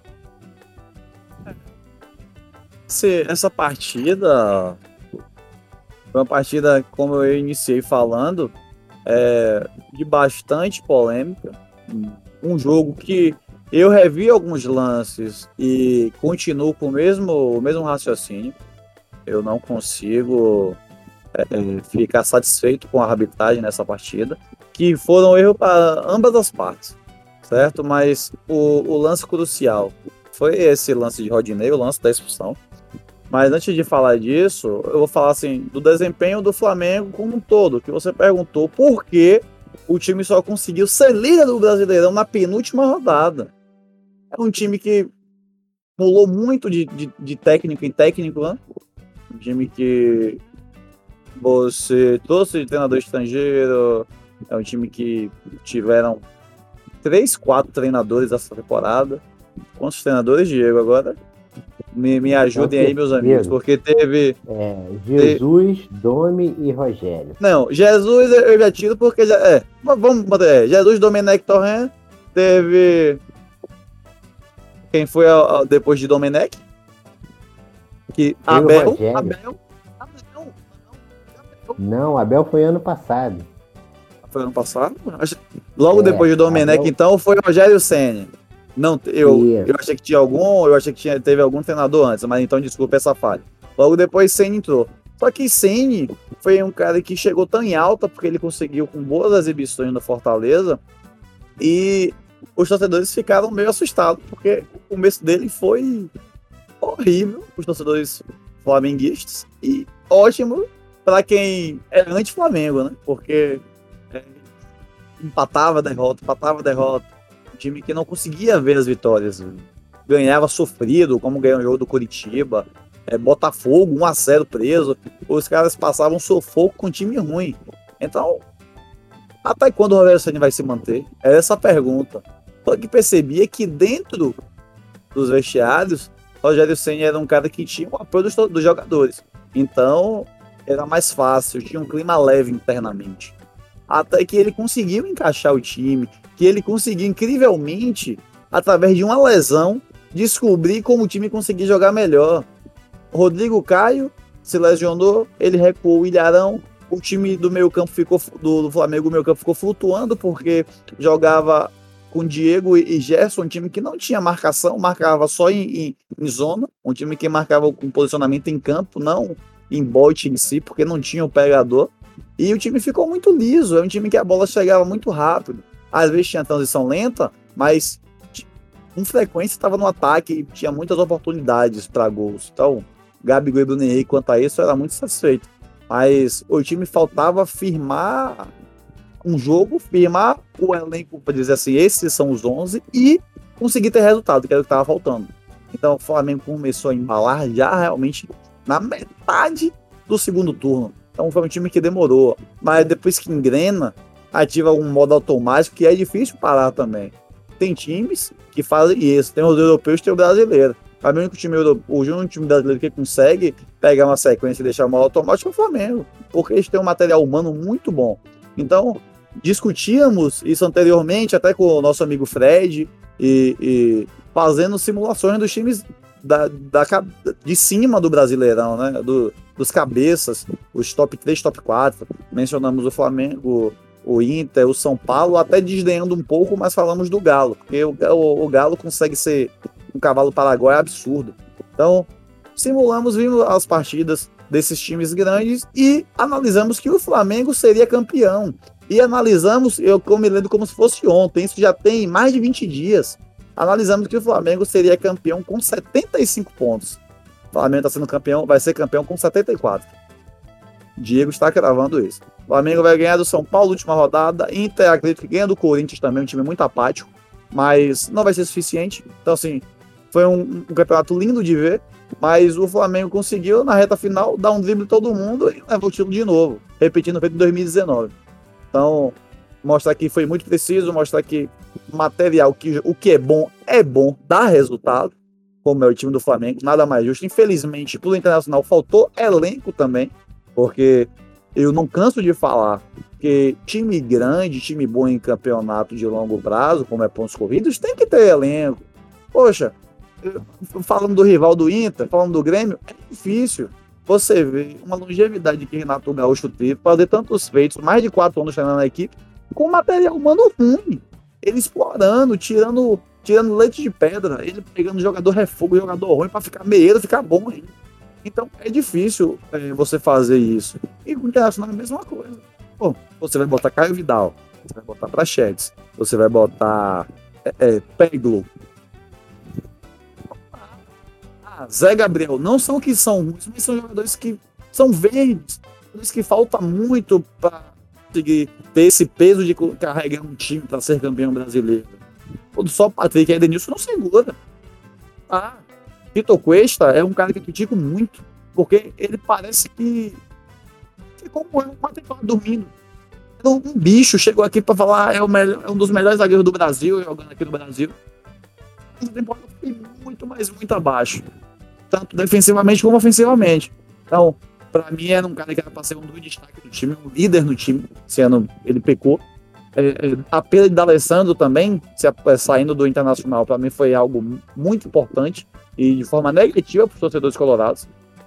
Essa partida foi uma partida, como eu iniciei falando, de bastante polêmica. Um jogo que eu revi alguns lances e continuo com o mesmo raciocínio. Eu não consigo ficar satisfeito com a arbitragem nessa partida, que foram erros para ambas as partes, certo? Mas o lance crucial foi esse lance de Rodinei, o lance da expulsão. Mas antes de falar disso, eu vou falar assim, do desempenho do Flamengo como um todo, que você perguntou por que o time só conseguiu ser líder do Brasileirão na penúltima rodada. É um time que pulou muito de técnico em técnico, né? Um time que você trouxe de treinador estrangeiro, é um time que tiveram 3, 4 treinadores essa temporada. Quantos treinadores, Diego, agora? Me ajudem aí, meus amigos, porque teve... Jesus, Domi e Rogério. Não, Jesus eu já tiro porque já... vamos bater. Jesus, Domenech, Torrent, teve... Quem foi depois de Domenech? Abel. Não, Abel foi ano passado. Foi ano passado? Logo depois de Domenech, Abel... então, foi Rogério Ceni. Não, eu achei que teve algum treinador antes, mas então desculpa essa falha. Logo depois Ceni entrou. Só que Ceni foi um cara que chegou tão em alta porque ele conseguiu com boas exibições no Fortaleza e os torcedores ficaram meio assustados porque o começo dele foi horrível, os torcedores flamenguistas, e ótimo para quem é anti-Flamengo, né? Porque empatava derrota. Time que não conseguia ver as vitórias, ganhava sofrido, como ganhou o jogo do Curitiba, Botafogo 1-0 preso, os caras passavam sufoco com time ruim. Então, até quando o Rogério Ceni vai se manter? É essa a pergunta. Só que percebia que dentro dos vestiários, Rogério Ceni era um cara que tinha o apoio dos jogadores. Então, era mais fácil, tinha um clima leve internamente. Até que ele conseguiu encaixar o time, que ele conseguiu incrivelmente, através de uma lesão, descobrir como o time conseguia jogar melhor. Rodrigo Caio se lesionou, ele recuou o Ilharão, o time do meio campo do Flamengo, o meio campo ficou flutuando, porque jogava com Diego e Gerson, um time que não tinha marcação, marcava só em zona, um time que marcava com posicionamento em campo, não em bote em si, porque não tinha o pegador, e o time ficou muito liso, é um time que a bola chegava muito rápido, às vezes tinha transição lenta, mas com frequência estava no ataque e tinha muitas oportunidades para gols. Então, Gabigol e Bruno Henrique, quanto a isso, eu era muito satisfeito. Mas o time faltava firmar um jogo, firmar o elenco para dizer assim, esses são os 11 e conseguir ter resultado, que era o que estava faltando. Então o Flamengo começou a embalar já realmente na metade do segundo turno. Então foi um time que demorou, mas depois que engrena, ativa um modo automático que é difícil parar também. Tem times que fazem isso, tem os europeus e tem o brasileiro. O único time brasileiro que consegue pegar uma sequência e deixar o modo automático é o Flamengo, porque eles têm um material humano muito bom. Então, discutíamos isso anteriormente, até com o nosso amigo Fred, e fazendo simulações dos times de cima do Brasileirão, né? Dos cabeças, os top 3, top 4. Mencionamos o Flamengo, o Inter, o São Paulo, até desdenhando um pouco, mas falamos do Galo, porque o Galo consegue ser um cavalo paraguaio absurdo. Então, vimos as partidas desses times grandes e analisamos que o Flamengo seria campeão. E analisamos, eu me lembro como se fosse ontem, isso já tem mais de 20 dias, analisamos que o Flamengo seria campeão com 75 pontos. O Flamengo está sendo campeão, vai ser campeão com 74. Diego está cravando isso. O Flamengo vai ganhar do São Paulo, última rodada. Inter, acredito que ganha do Corinthians também, um time muito apático, mas não vai ser suficiente. Então, assim, foi um campeonato lindo de ver, mas o Flamengo conseguiu, na reta final, dar um drible em todo mundo e levar o título de novo, repetindo o feito de 2019. Então, mostrar que foi muito preciso, mostrar que material, o que é bom, dá resultado, como é o time do Flamengo, nada mais justo. Infelizmente, pro Internacional faltou elenco também, porque eu não canso de falar que time grande, time bom em campeonato de longo prazo, como é pontos corridos, tem que ter elenco. Poxa, falando do rival do Inter, falando do Grêmio, é difícil você vê uma longevidade que Renato Gaúcho teve, fazer tantos feitos, mais de 4 anos treinando na equipe, com material humano ruim. Ele explorando, tirando leite de pedra, ele pegando jogador refogo, jogador ruim, para ficar meieiro, ficar bom ainda. Então é difícil você fazer isso. E com o Internacional é a mesma coisa. Pô, você vai botar Caio Vidal, você vai botar Praxedes, você vai botar Peglo, Zé Gabriel, não são que são ruins, mas são jogadores que são verdes, jogadores que falta muito para conseguir ter esse peso de carregar um time para ser campeão brasileiro. Só o Patrick e Edenilson não segura. Vitor Cuesta é um cara que eu critico muito, porque ele parece que ficou uma temporada dormindo. Um bicho chegou aqui para falar é um dos melhores zagueiros do Brasil, jogando aqui no Brasil. Essa temporada foi muito, mas muito abaixo, tanto defensivamente como ofensivamente. Então, para mim, era um cara que era para ser um dos destaques do time, um líder no time. Esse ano ele pecou. A perda de D'Alessandro também, saindo do Internacional, para mim foi algo muito importante e de forma negativa para os torcedores colorados.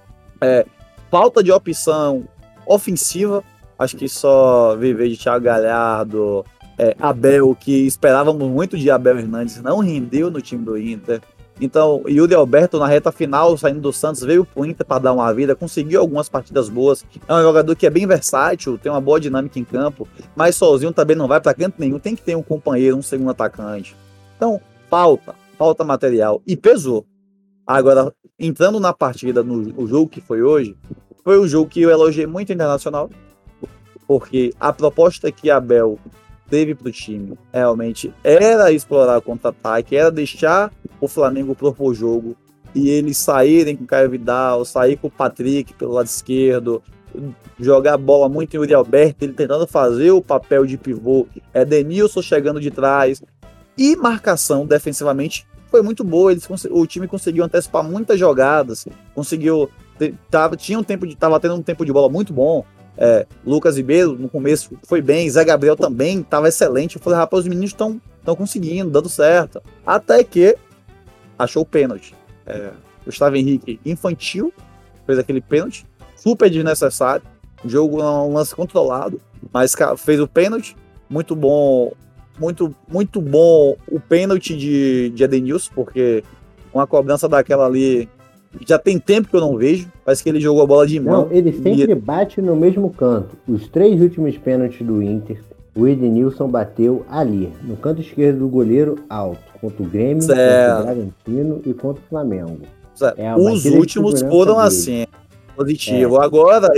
Falta de opção ofensiva, acho que só viver de Thiago Galhardo, Abel, que esperávamos muito de Abel Hernandes, não rendeu no time do Inter. Então, Yuri Alberto, na reta final, saindo do Santos, veio pro Inter para dar uma vida, conseguiu algumas partidas boas. É um jogador que é bem versátil, tem uma boa dinâmica em campo, mas sozinho também não vai para canto nenhum, tem que ter um companheiro, um segundo atacante. Então, falta material. E pesou. Agora, entrando na partida, no jogo que foi hoje, foi um jogo que eu elogiei muito o Internacional, porque a proposta que Abel teve para o time realmente era explorar o contra-ataque, era deixar o Flamengo propor jogo e eles saírem com o Caio Vidal, sair com o Patrick pelo lado esquerdo, jogar a bola muito em Yuri Alberto, ele tentando fazer o papel de pivô, Edenilson chegando de trás, e marcação defensivamente foi muito boa. O time conseguiu antecipar muitas jogadas, estava tendo um tempo de bola muito bom. Lucas Ribeiro no começo foi bem, Zé Gabriel também estava excelente. Eu falei, rapaz, os meninos estão conseguindo, dando certo, até que achou o pênalti. Gustavo Henrique infantil fez aquele pênalti, super desnecessário. O jogo é um lance controlado, mas fez o pênalti. Muito bom, muito bom o pênalti de Edenilson, porque uma cobrança daquela ali já tem tempo que eu não vejo. Parece que ele jogou a bola de mão. Não, ele sempre bate no mesmo canto. Os 3 últimos pênaltis do Inter, o Edenilson bateu ali, no canto esquerdo do goleiro, alto, contra o Grêmio, contra o Bragantino e contra o Flamengo. Os últimos foram dele. Assim, positivo. Agora,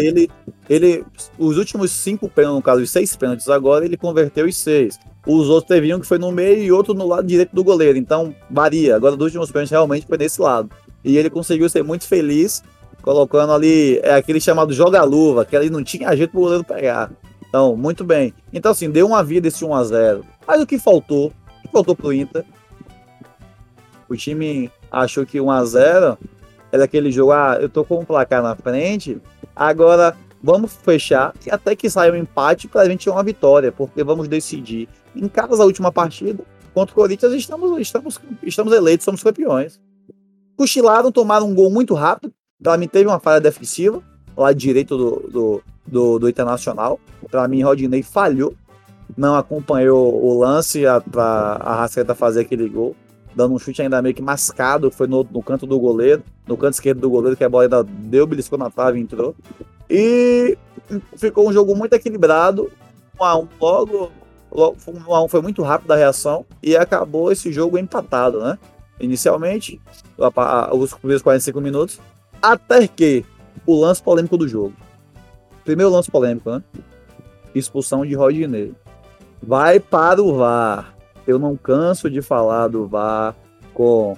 os últimos 5 pênaltis, no caso, os 6 pênaltis, agora ele converteu os 6. Os outros teve um que foi no meio e outro no lado direito do goleiro. Então, varia. Agora, dos últimos pênaltis, realmente foi desse lado. E ele conseguiu ser muito feliz, colocando ali aquele chamado joga-luva, que ali não tinha jeito pro goleiro pegar. Então, muito bem. Então, assim, deu uma vida esse 1-0. Mas o que faltou? O que faltou pro Inter? O time achou que 1-0 era aquele jogo, eu tô com um placar na frente, agora vamos fechar e até que saia um empate pra gente ter uma vitória, porque vamos decidir. Em casa, a última partida, contra o Corinthians, estamos eleitos, somos campeões. Cochilaram, tomaram um gol muito rápido, pra mim teve uma falha defensiva, lá direito do Internacional. Pra mim, Rodinei falhou, não acompanhou o lance pra Arrascaeta fazer aquele gol, dando um chute ainda meio que mascado, foi no canto do goleiro, no canto esquerdo do goleiro, que a bola ainda beliscou na trave e entrou. E ficou um jogo muito equilibrado, 1-1 logo 1-1 foi muito rápido a reação, e acabou esse jogo empatado, né? Inicialmente, os primeiros 45 minutos, até que o lance polêmico do jogo. Primeiro lance polêmico, né? Expulsão de Rodinei. Vai para o VAR. Eu não canso de falar do VAR com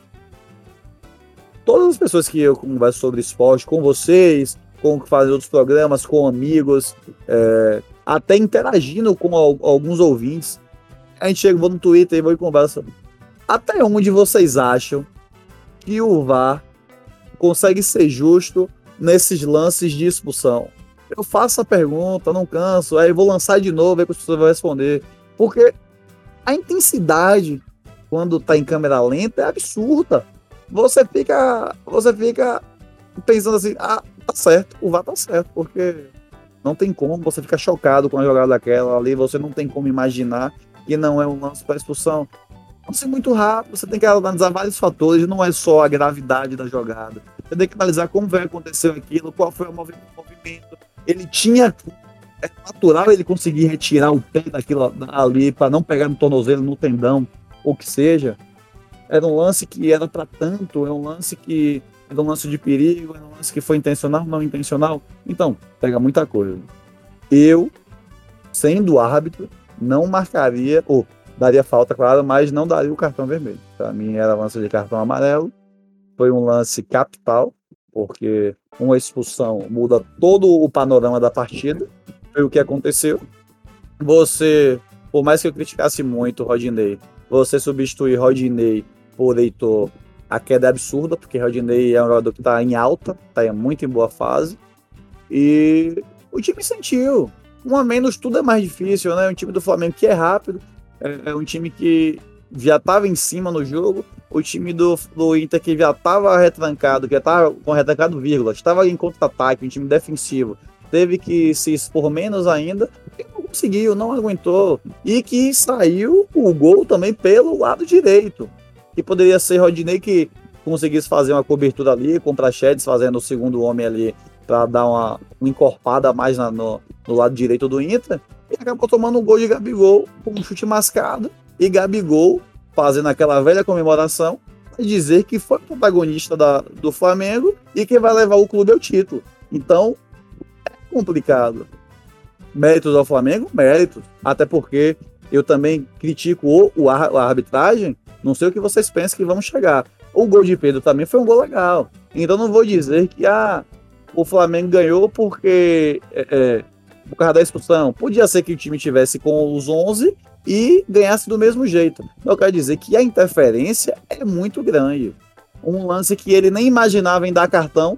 todas as pessoas que eu converso sobre esporte, com vocês, com que fazem outros programas, com amigos, até interagindo com alguns ouvintes. A gente chega, vou no Twitter e vou e conversa. Até onde vocês acham que o VAR consegue ser justo nesses lances de expulsão? Eu faço a pergunta, não canso, aí vou lançar de novo, aí as pessoas vão responder. Porque a intensidade, quando tá em câmera lenta, é absurda. Você fica pensando assim, tá certo, o VAR tá certo, porque não tem como, você fica chocado com a jogada daquela ali, você não tem como imaginar que não é um lance para expulsão. Lance muito rápido, você tem que analisar vários fatores, não é só a gravidade da jogada. Você tem que analisar como vai acontecer aquilo, qual foi o movimento. Ele tinha... É natural ele conseguir retirar o pé daquilo ali para não pegar no tornozelo, no tendão, ou que seja. Era um lance que era para tanto, era um lance de perigo, era um lance que foi intencional, não intencional. Então, pega muita coisa. Eu, sendo árbitro, não marcaria, ou daria falta, claro, mas não daria o cartão vermelho. Para mim era lance de cartão amarelo. Foi um lance capital, porque uma expulsão muda todo o panorama da partida. Foi o que aconteceu. Você, por mais que eu criticasse muito o Rodinei, você substituir Rodinei por Heitor, a queda é absurda, porque Rodinei é um jogador que está em alta, está muito em boa fase, e o time sentiu. 1 a menos tudo é mais difícil, né? Um time do Flamengo que é rápido, é um time que já estava em cima no jogo, o time do Inter que já estava retrancado, que já estava com retrancado vírgula, estava em contra-ataque, um time defensivo, teve que se expor menos ainda, e não conseguiu, não aguentou, e que saiu o gol também pelo lado direito, que poderia ser Rodinei que conseguisse fazer uma cobertura ali, com o Praxedes fazendo o segundo homem ali, para dar uma encorpada a mais no lado direito do Inter, e acabou tomando um gol de Gabigol, com um chute mascado, e Gabigol fazendo aquela velha comemoração, para dizer que foi protagonista do Flamengo e que vai levar o clube ao título. Então, é complicado. Méritos ao Flamengo? Méritos. Até porque eu também critico a arbitragem, não sei o que vocês pensam que vamos chegar. O gol de Pedro também foi um gol legal. Então não vou dizer que o Flamengo ganhou porque por causa da expulsão. Podia ser que o time tivesse com os 11 e ganhasse do mesmo jeito. Eu quero dizer que a interferência é muito grande. Um lance que ele nem imaginava em dar cartão,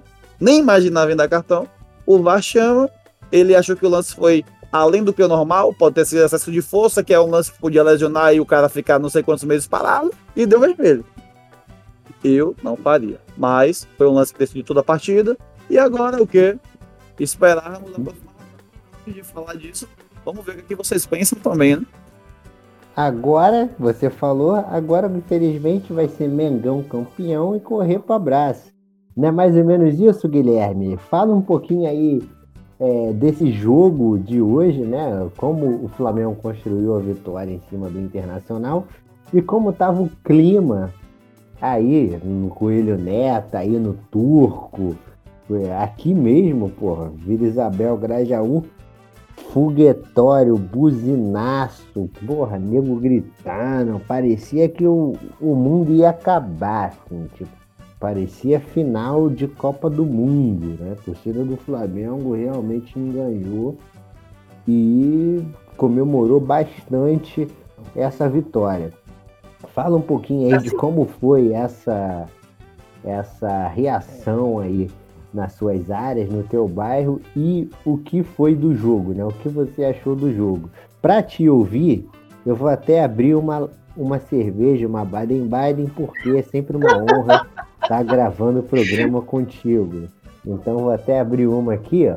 o VAR chama, ele achou que o lance foi além do que o normal, pode ter sido excesso de força, que é um lance que podia lesionar e o cara ficar não sei quantos meses parado, e deu vermelho. Eu não faria. Mas foi um lance que decidiu toda a partida, e agora o quê? esperarmos a próxima de falar disso. Vamos ver o que vocês pensam também, né? Agora, você falou, agora infelizmente vai ser Mengão campeão e correr para abraço. Não é mais ou menos isso, Guilherme? Fala um pouquinho aí desse jogo de hoje, né? Como o Flamengo construiu a vitória em cima do Internacional e como estava o clima aí no Coelho Neto, aí no Turco, aqui mesmo, porra, Vila Isabel, Grajaú, foguetório, buzinaço, porra, nego gritando, parecia que o mundo ia acabar, assim, tipo, parecia final de Copa do Mundo, né? A torcida do Flamengo realmente enganjou e comemorou bastante essa vitória. Fala um pouquinho aí de como foi essa reação aí nas suas áreas, no teu bairro, e o que foi do jogo, né? O que você achou do jogo? Para te ouvir, eu vou até abrir uma cerveja, uma Baden-Baden, porque é sempre uma honra estar gravando o programa contigo. Então vou até abrir uma aqui, ó.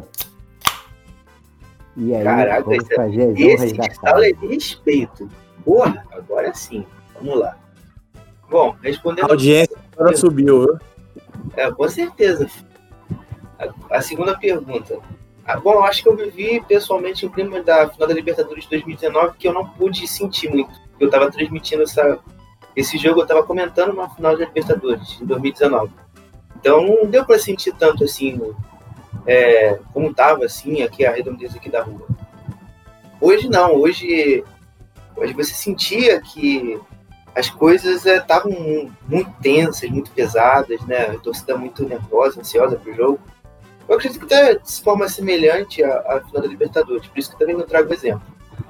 E aí, caraca, vamos fazer as honras da casa. É de respeito. Porra, agora sim. Vamos lá. Bom, respondendo... A audiência agora subiu, viu? Com certeza. A segunda pergunta. Bom, eu acho que eu vivi pessoalmente o clima da final da Libertadores de 2019 que eu não pude sentir muito. Eu estava transmitindo esse jogo, eu estava comentando uma final da Libertadores de 2019. Então não deu para sentir tanto assim, como estava assim, aqui a redondeza aqui da rua. Hoje não, hoje você sentia que as coisas estavam muito tensas, muito pesadas, né? A torcida muito nervosa, ansiosa para o jogo. Eu acredito que até de forma semelhante à final da Libertadores, por isso que também eu trago o exemplo.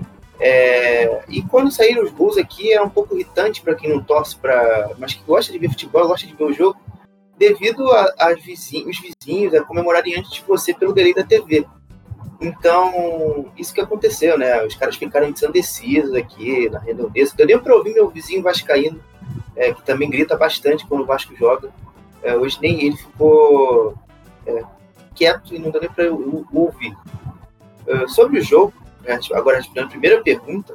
E quando saíram os gols aqui, é um pouco irritante para quem não torce, mas que gosta de ver futebol, gosta de ver o jogo, devido os vizinhos a comemorarem antes de você pelo delay da TV. Então, isso que aconteceu, né? Os caras ficaram ensandecidos aqui na redondeza. Eu dei para ouvir meu vizinho vascaíno, que também grita bastante quando o Vasco joga. Hoje nem ele ficou quieto e não deu nem para eu ouvir. Sobre o jogo, agora respondendo a primeira pergunta,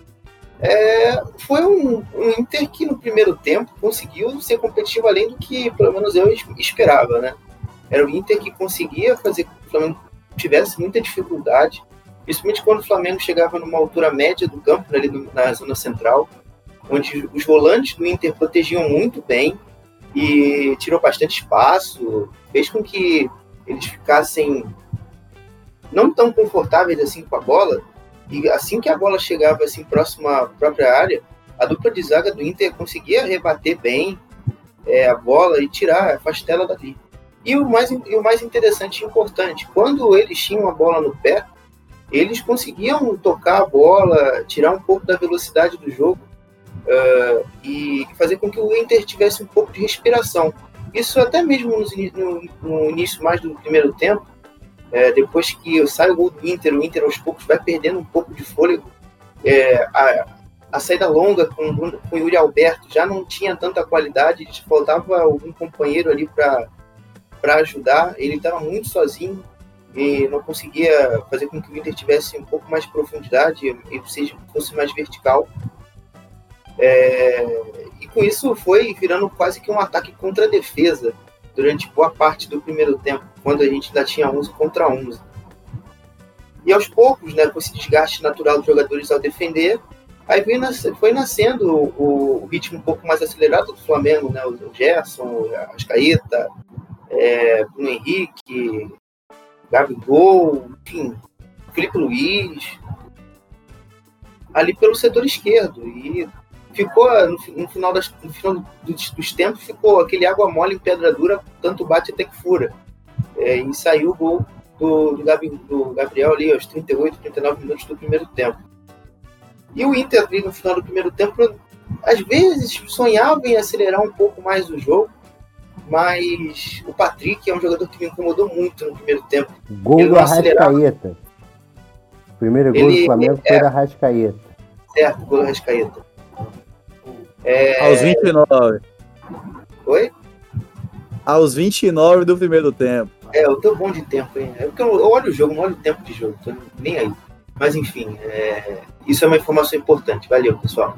foi um Inter que no primeiro tempo conseguiu ser competitivo além do que pelo menos eu esperava, né? Era o Inter que conseguia fazer com que o Flamengo tivesse muita dificuldade, principalmente quando o Flamengo chegava numa altura média do campo, ali na zona central, onde os volantes do Inter protegiam muito bem e tirou bastante espaço, fez com que eles ficassem não tão confortáveis assim com a bola, e assim que a bola chegava assim próximo à própria área, a dupla de zaga do Inter conseguia rebater bem a bola e tirar a fastela dali. E o mais interessante e importante, quando eles tinham a bola no pé, eles conseguiam tocar a bola, tirar um pouco da velocidade do jogo e fazer com que o Inter tivesse um pouco de respiração. Isso até mesmo no início mais do primeiro tempo, depois que sai o gol do Inter, o Inter aos poucos vai perdendo um pouco de fôlego. A saída longa com o Yuri Alberto já não tinha tanta qualidade, faltava algum companheiro ali para ajudar. Ele estava muito sozinho e não conseguia fazer com que o Inter tivesse um pouco mais de profundidade e fosse mais vertical. E com isso foi virando quase que um ataque contra a defesa durante boa parte do primeiro tempo, quando a gente ainda tinha 11 contra 11. E aos poucos, né, com esse desgaste natural dos jogadores ao defender, aí foi nascendo o ritmo um pouco mais acelerado do Flamengo, né? O Gerson, o Arrascaeta, Bruno Henrique, Gabigol, enfim, Felipe Luiz, ali pelo setor esquerdo. E ficou, no final dos tempos, ficou aquele água mole em pedra dura, tanto bate até que fura. E saiu o gol do Gabriel ali aos 38, 39 minutos do primeiro tempo. E o Inter ali no final do primeiro tempo, às vezes sonhava em acelerar um pouco mais o jogo, mas o Patrick é um jogador que me incomodou muito no primeiro tempo. Gol do Arrascaeta. O primeiro gol do Flamengo foi do Arrascaeta. Certo, gol do Arrascaeta. Aos 29. Oi? Aos 29 do primeiro tempo. Eu tô bom de tempo, hein? É porque eu olho o jogo, não olho o tempo de jogo, tô nem aí. Mas enfim, isso é uma informação importante. Valeu, pessoal.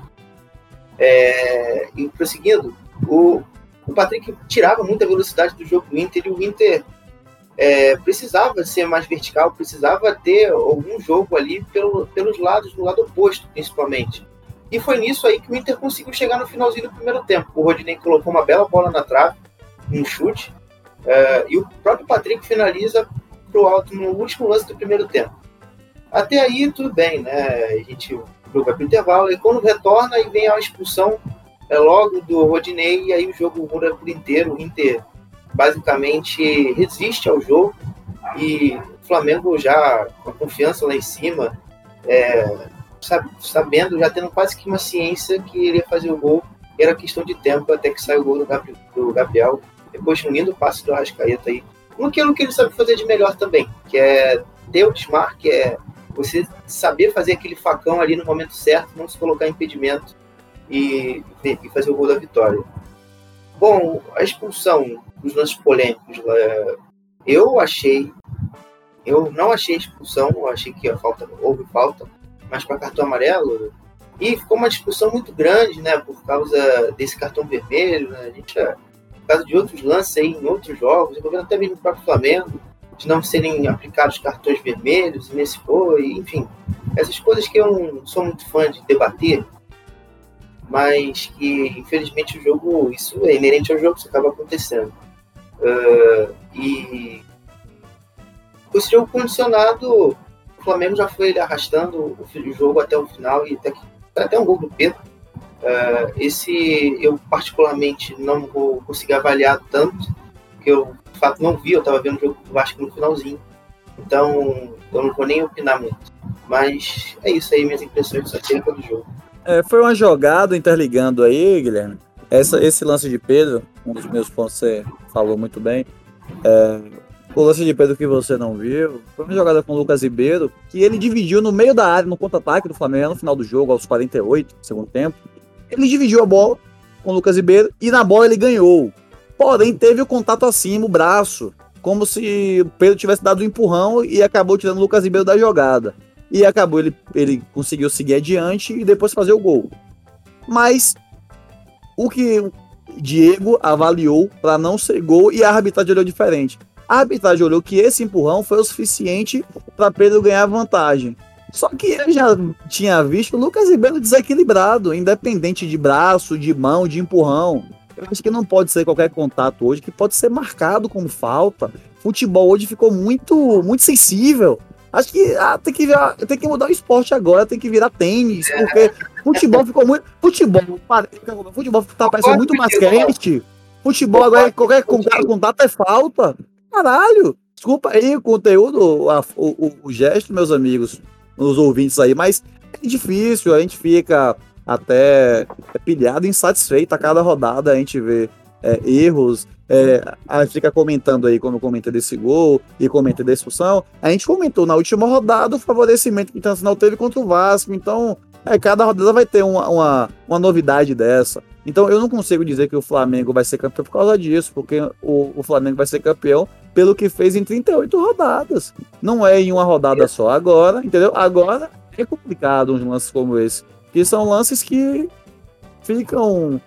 E prosseguindo, o Patrick tirava muita velocidade do jogo do Inter, e o Inter precisava ser mais vertical, precisava ter algum jogo ali pelos lados, do lado oposto, principalmente. E foi nisso aí que o Inter conseguiu chegar no finalzinho do primeiro tempo. O Rodinei colocou uma bela bola na trave, um chute, e o próprio Patrick finaliza pro alto no último lance do primeiro tempo. Até aí, tudo bem, né? A gente joga pro intervalo, e quando retorna, aí vem a expulsão logo do Rodinei, e aí o jogo muda por inteiro. O Inter basicamente resiste ao jogo, e o Flamengo já com a confiança lá em cima, sabendo, já tendo quase que uma ciência que iria fazer o gol, era questão de tempo até que saia o gol do Gabriel, depois de um lindo passe do Arrascaeta aí, aquilo que ele sabe fazer de melhor também, que é ter o desmarque, você saber fazer aquele facão ali no momento certo, não se colocar em impedimento e fazer o gol da vitória. Bom, a expulsão, os lances polêmicos, eu não achei expulsão, eu achei que houve falta, mas para cartão amarelo, e ficou uma discussão muito grande, né, por causa desse cartão vermelho, né, por causa de outros lances aí em outros jogos, envolvendo até mesmo o próprio Flamengo, de não serem aplicados cartões vermelhos, e nesse foi, enfim, essas coisas que eu não sou muito fã de debater, mas que, infelizmente, o jogo, isso é inerente ao jogo, isso acaba acontecendo. E com esse jogo condicionado, o Flamengo já foi arrastando o jogo até o final, e até um gol do Pedro. Esse eu particularmente não vou conseguir avaliar tanto, porque eu de fato não vi, eu estava vendo o jogo do Vasco no finalzinho, então eu não vou nem opinar muito, mas é isso aí, minhas impressões acerca do jogo. Foi uma jogada, interligando aí, Guilherme, esse lance de Pedro, um dos meus pontos você falou muito bem, o lance de Pedro que você não viu, foi uma jogada com o Lucas Ribeiro, que ele dividiu no meio da área, no contra-ataque do Flamengo, no final do jogo, aos 48, segundo tempo. Ele dividiu a bola com o Lucas Ribeiro e na bola ele ganhou. Porém, teve o contato acima, o braço, como se o Pedro tivesse dado um empurrão e acabou tirando o Lucas Ribeiro da jogada. E acabou, ele conseguiu seguir adiante e depois fazer o gol. Mas o que o Diego avaliou para não ser gol, e a arbitragem olhou diferente. A arbitragem olhou que esse empurrão foi o suficiente para Pedro ganhar vantagem. Só que ele já tinha visto o Lucas Ribeiro desequilibrado, independente de braço, de mão, de empurrão. Eu acho que não pode ser qualquer contato hoje que pode ser marcado como falta. Futebol hoje ficou muito, muito sensível. Acho que tem que mudar o esporte agora, tem que virar tênis, porque futebol ficou muito... Futebol tá parecendo muito mais quente. Futebol agora, qualquer contato é falta. Caralho! Desculpa aí o conteúdo, o gesto, meus amigos, os ouvintes aí, mas é difícil, a gente fica até pilhado, insatisfeito a cada rodada, a gente vê erros, a gente fica comentando aí, como eu comentei desse gol e comentei da expulsão, a gente comentou na última rodada o favorecimento que o Internacional teve contra o Vasco, então cada rodada vai ter uma novidade dessa. Então eu não consigo dizer que o Flamengo vai ser campeão por causa disso, porque o Flamengo vai ser campeão pelo que fez em 38 rodadas. Não é em uma rodada só. Agora, entendeu? Agora é complicado uns lances como esse, que são lances que ficam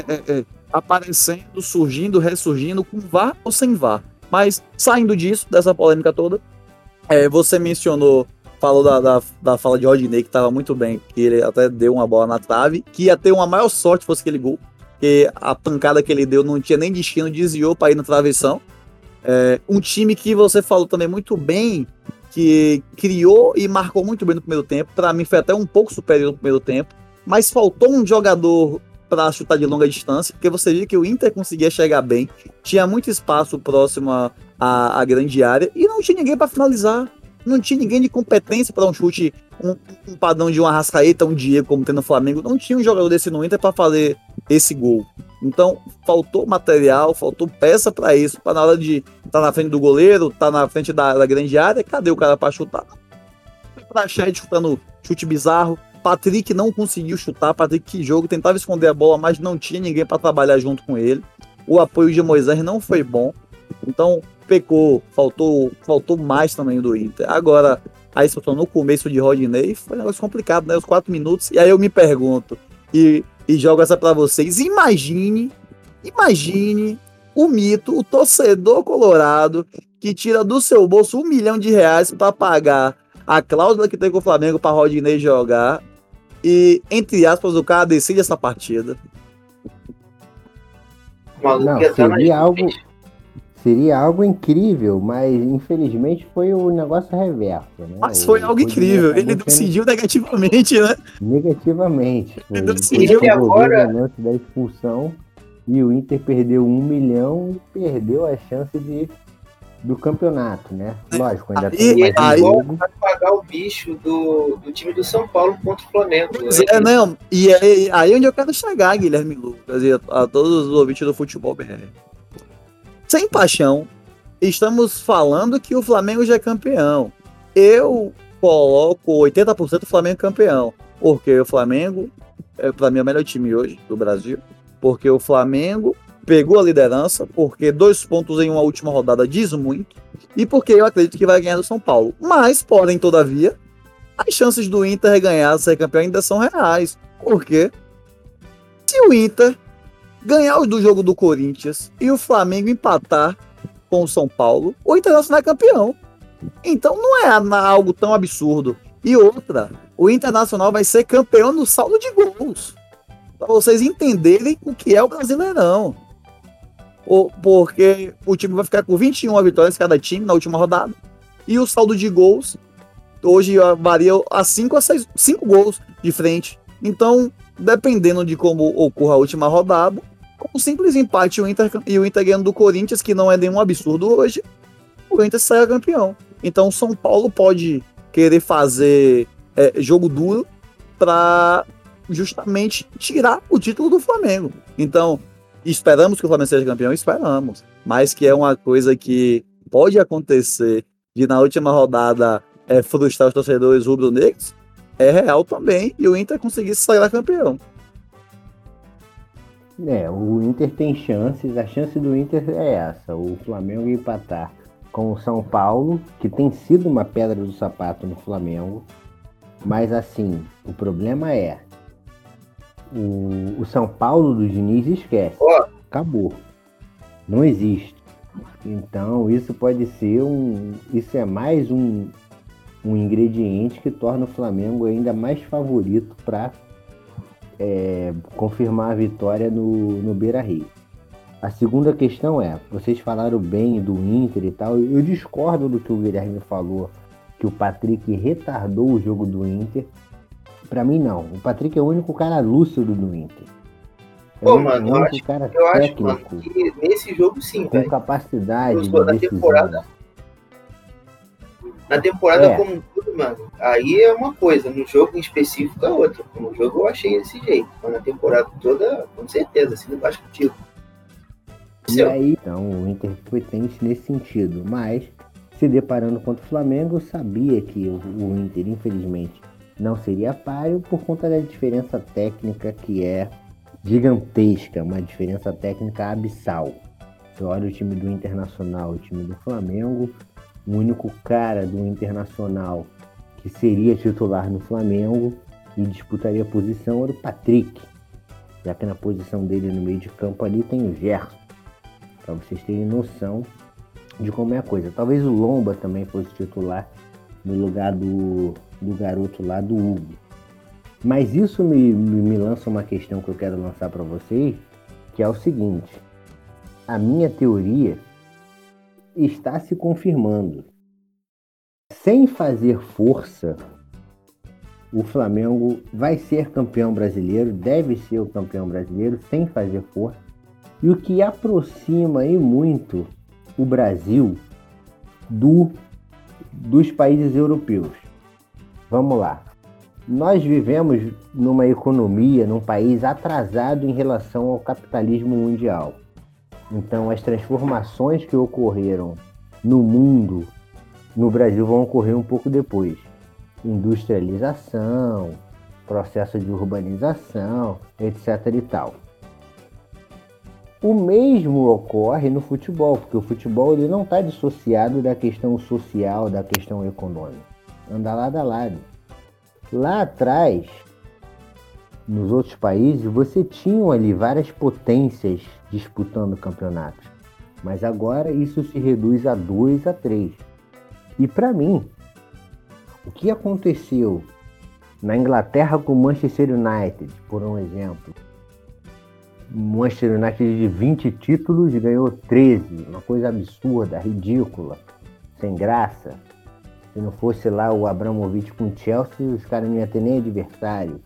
aparecendo, surgindo, ressurgindo, com VAR ou sem VAR. Mas saindo disso, dessa polêmica toda, você falou da fala de Rodinei, que estava muito bem, que ele até deu uma bola na trave, que ia ter uma maior sorte se fosse aquele gol, porque a pancada que ele deu não tinha nem destino, desviou para ir na travessão. Um time que você falou também muito bem, que criou e marcou muito bem no primeiro tempo, para mim foi até um pouco superior no primeiro tempo, mas faltou um jogador para chutar de longa distância, porque você viu que o Inter conseguia chegar bem, tinha muito espaço próximo à grande área, e não tinha ninguém para finalizar. Não tinha ninguém de competência para um chute, um padrão de um Arrascaeta, um Diego, como tem no Flamengo. Não tinha um jogador desse no Inter para fazer esse gol. Então, faltou material, faltou peça para isso. Para na hora de estar na frente do goleiro, estar na frente da grande área, cadê o cara para chutar? Praxedes chutando chute bizarro. Patrick não conseguiu chutar. Patrick, que jogo, tentava esconder a bola, mas não tinha ninguém para trabalhar junto com ele. O apoio de Moisés não foi bom. Então, pecou, faltou mais também do Inter. Agora, aí se eu tô no começo de Rodinei, foi um negócio complicado, né? Os 4 minutos, e aí eu me pergunto, e jogo essa pra vocês, imagine o mito, o torcedor colorado, que tira do seu bolso R$1 milhão pra pagar a cláusula que tem com o Flamengo pra Rodinei jogar, e, entre aspas, o cara decide essa partida. Não, seria algo incrível, mas infelizmente foi o negócio reverso, né? Mas foi algo incrível, ele decidiu negativamente, né? Negativamente. Ele decidiu. E agora... da expulsão, e o Inter perdeu 1 milhão e perdeu a chance do campeonato, né? Lógico, ainda tem mais um jogo. Vai pagar o bicho do time do São Paulo contra o Flamengo. Não, e aí onde eu quero chegar, Guilherme Lucas, e a todos os ouvintes do Futebol BR. Sem paixão, estamos falando que o Flamengo já é campeão. Eu coloco 80% do Flamengo campeão, porque o Flamengo, para mim, é o melhor time hoje do Brasil, porque o Flamengo pegou a liderança, porque 2 pontos em uma última rodada diz muito, e porque eu acredito que vai ganhar do São Paulo. Mas, porém, todavia, as chances do Inter ganhar, ser campeão, ainda são reais. Porque se o Inter ganhar do jogo do Corinthians e o Flamengo empatar com o São Paulo, o Internacional é campeão. Então não é algo tão absurdo. E outra, o Internacional vai ser campeão no saldo de gols. Para vocês entenderem o que é o Brasileirão. Porque o time vai ficar com 21 vitórias cada time na última rodada. E o saldo de gols hoje varia a 5 gols de frente. Então, dependendo de como ocorra a última rodada, com um simples empate o Inter ganhando do Corinthians, que não é nenhum absurdo hoje, o Inter sai campeão. Então, o São Paulo pode querer fazer jogo duro para justamente tirar o título do Flamengo. Então, esperamos que o Flamengo seja campeão? Esperamos. Mas que é uma coisa que pode acontecer de na última rodada frustrar os torcedores rubro-negros, é real também, e o Inter conseguir sair campeão. O Inter tem chances, a chance do Inter é essa, o Flamengo empatar com o São Paulo, que tem sido uma pedra do sapato no Flamengo, mas assim, o problema é o São Paulo do Diniz esquece, acabou, não existe. Então isso pode ser isso é mais um ingrediente que torna o Flamengo ainda mais favorito para confirmar a vitória no Beira-Rio. A segunda questão vocês falaram bem do Inter e tal, eu discordo do que o Guilherme falou, que o Patrick retardou o jogo do Inter. Para mim não, o Patrick é o único cara lúcido do Inter. Eu acho, mano, que nesse jogo sim, com capacidade de decisão. Na temporada como um todo, mano, aí é uma coisa, no jogo em específico é outra. No jogo eu achei desse jeito, mas na temporada toda, com certeza, assim, embaixo contigo. E aí, então, o Inter foi tenso nesse sentido, mas se deparando contra o Flamengo, eu sabia que o Inter, infelizmente, não seria páreo por conta da diferença técnica que é gigantesca, uma diferença técnica abissal. Você olha o time do Internacional, o time do Flamengo, o único cara do Internacional que seria titular no Flamengo e disputaria a posição era o Patrick, já que na posição dele no meio de campo ali tem o Gerson, para vocês terem noção de como é a coisa. Talvez o Lomba também fosse titular no lugar do garoto lá, do Hugo. Mas isso me lança uma questão que eu quero lançar para vocês, que é o seguinte: a minha teoria está se confirmando. Sem fazer força, o Flamengo vai ser campeão brasileiro, deve ser o campeão brasileiro, sem fazer força. E o que aproxima e muito o Brasil dos países europeus. Vamos lá. Nós vivemos numa economia, num país atrasado em relação ao capitalismo mundial. Então, as transformações que ocorreram no mundo, no Brasil, vão ocorrer um pouco depois. Industrialização, processo de urbanização, etc. e tal. O mesmo ocorre no futebol, porque o futebol ele não está dissociado da questão social, da questão econômica. Anda lado a lado. Lá atrás, nos outros países, você tinha ali várias potências disputando campeonatos. Mas agora isso se reduz a 2 a 3. E para mim, o que aconteceu na Inglaterra com o Manchester United, por um exemplo, o Manchester United de 20 títulos ganhou 13, uma coisa absurda, ridícula, sem graça. Se não fosse lá o Abramovich com o Chelsea, os caras não iam ter nem adversário.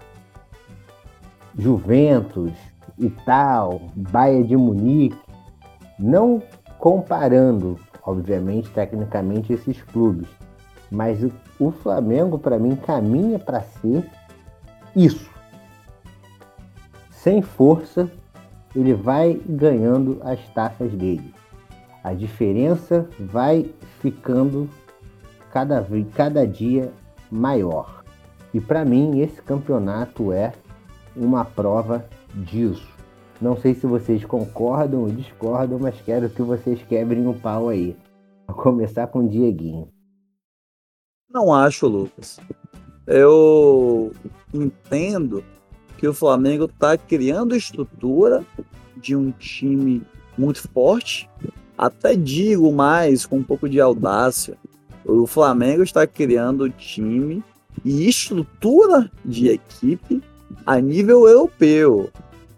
Juventus e tal, Bayern de Munique, não comparando, obviamente, tecnicamente esses clubes, mas o Flamengo, para mim, caminha para ser isso. Sem força, ele vai ganhando as taças dele. A diferença vai ficando cada dia maior. E para mim, esse campeonato é uma prova disso. Não sei se vocês concordam ou discordam, mas quero que vocês quebrem o pau aí. Vou começar com o Dieguinho. Não acho, Lucas. Eu entendo que o Flamengo está criando estrutura de um time muito forte. Até digo mais, com um pouco de audácia, o Flamengo está criando time e estrutura de equipe a nível europeu.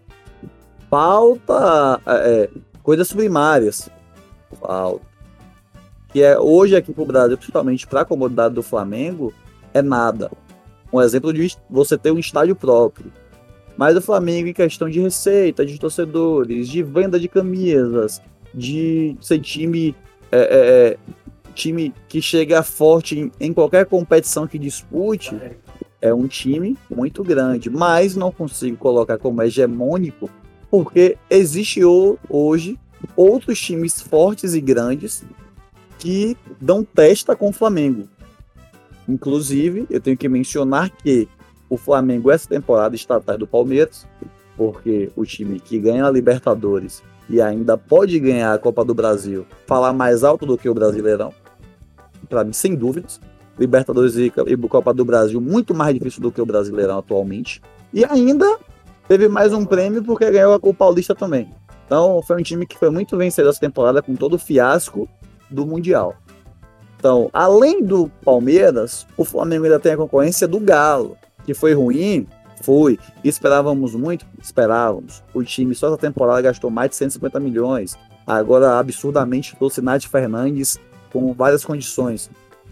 Falta coisas primárias. Falta. Que é hoje aqui para o Brasil, principalmente para a comodidade do Flamengo, é nada. Um exemplo de você ter um estádio próprio. Mas o Flamengo, em questão de receita, de torcedores, de venda de camisas, de ser time que chega forte em qualquer competição que dispute, é um time muito grande. Mas não consigo colocar como hegemônico, porque existe hoje outros times fortes e grandes que dão testa com o Flamengo. Inclusive, eu tenho que mencionar que o Flamengo essa temporada está atrás do Palmeiras, porque o time que ganha a Libertadores e ainda pode ganhar a Copa do Brasil falar mais alto do que o Brasileirão, para mim, sem dúvidas. Libertadores e Copa do Brasil muito mais difícil do que o Brasileirão atualmente. E ainda teve mais um prêmio porque ganhou o Paulista também. Então, foi um time que foi muito vencedor essa temporada com todo o fiasco do Mundial. Então, além do Palmeiras, o Flamengo ainda tem a concorrência do Galo, que foi ruim, foi. Esperávamos muito? Esperávamos. O time só essa temporada gastou mais de 150 milhões. Agora, absurdamente, trouxe Nath Fernandes com várias condições.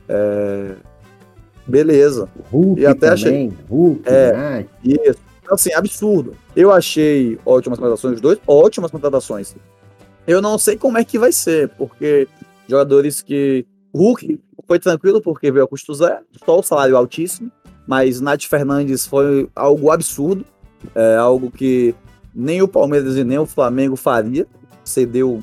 Beleza. Hulk e até também. Achei... Hulk, Nath. Isso. Assim, absurdo. Eu achei ótimas contratações, os dois, ótimas contratações. Eu não sei como é que vai ser, porque jogadores que... Hulk foi tranquilo porque veio a custo zero, só o salário altíssimo, mas Nath Fernandes foi algo absurdo, que nem o Palmeiras e nem o Flamengo faria. Cedeu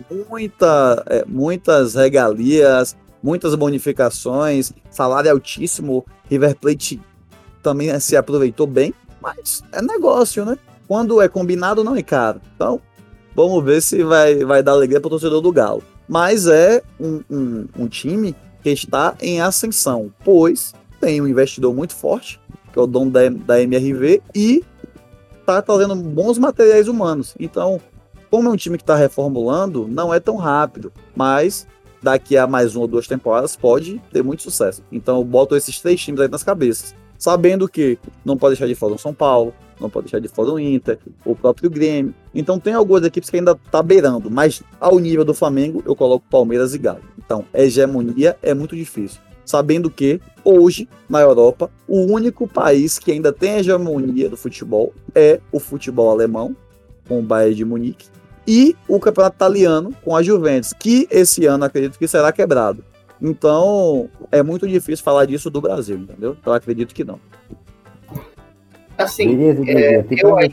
muitas regalias, muitas bonificações, salário altíssimo, River Plate também se aproveitou bem, mas é negócio, né? Quando é combinado, não é caro. Então, vamos ver se vai dar alegria para o torcedor do Galo. Mas é um time que está em ascensão, pois tem um investidor muito forte, que é o dono da MRV, e está trazendo bons materiais humanos. Então, como é um time que está reformulando, não é tão rápido, mas daqui a mais 1 ou 2 temporadas pode ter muito sucesso. Então, eu boto esses 3 times aí nas cabeças, sabendo que não pode deixar de fora o São Paulo, não pode deixar de fora o Inter, o próprio Grêmio. Então tem algumas equipes que ainda tá beirando, mas ao nível do Flamengo eu coloco Palmeiras e Galo. Então, hegemonia é muito difícil. Sabendo que hoje, na Europa, o único país que ainda tem hegemonia do futebol é o futebol alemão, com o Bayern de Munique, e o campeonato italiano com a Juventus, que esse ano acredito que será quebrado. Então, é muito difícil falar disso do Brasil, entendeu? Eu acredito que não. Assim, Beleza,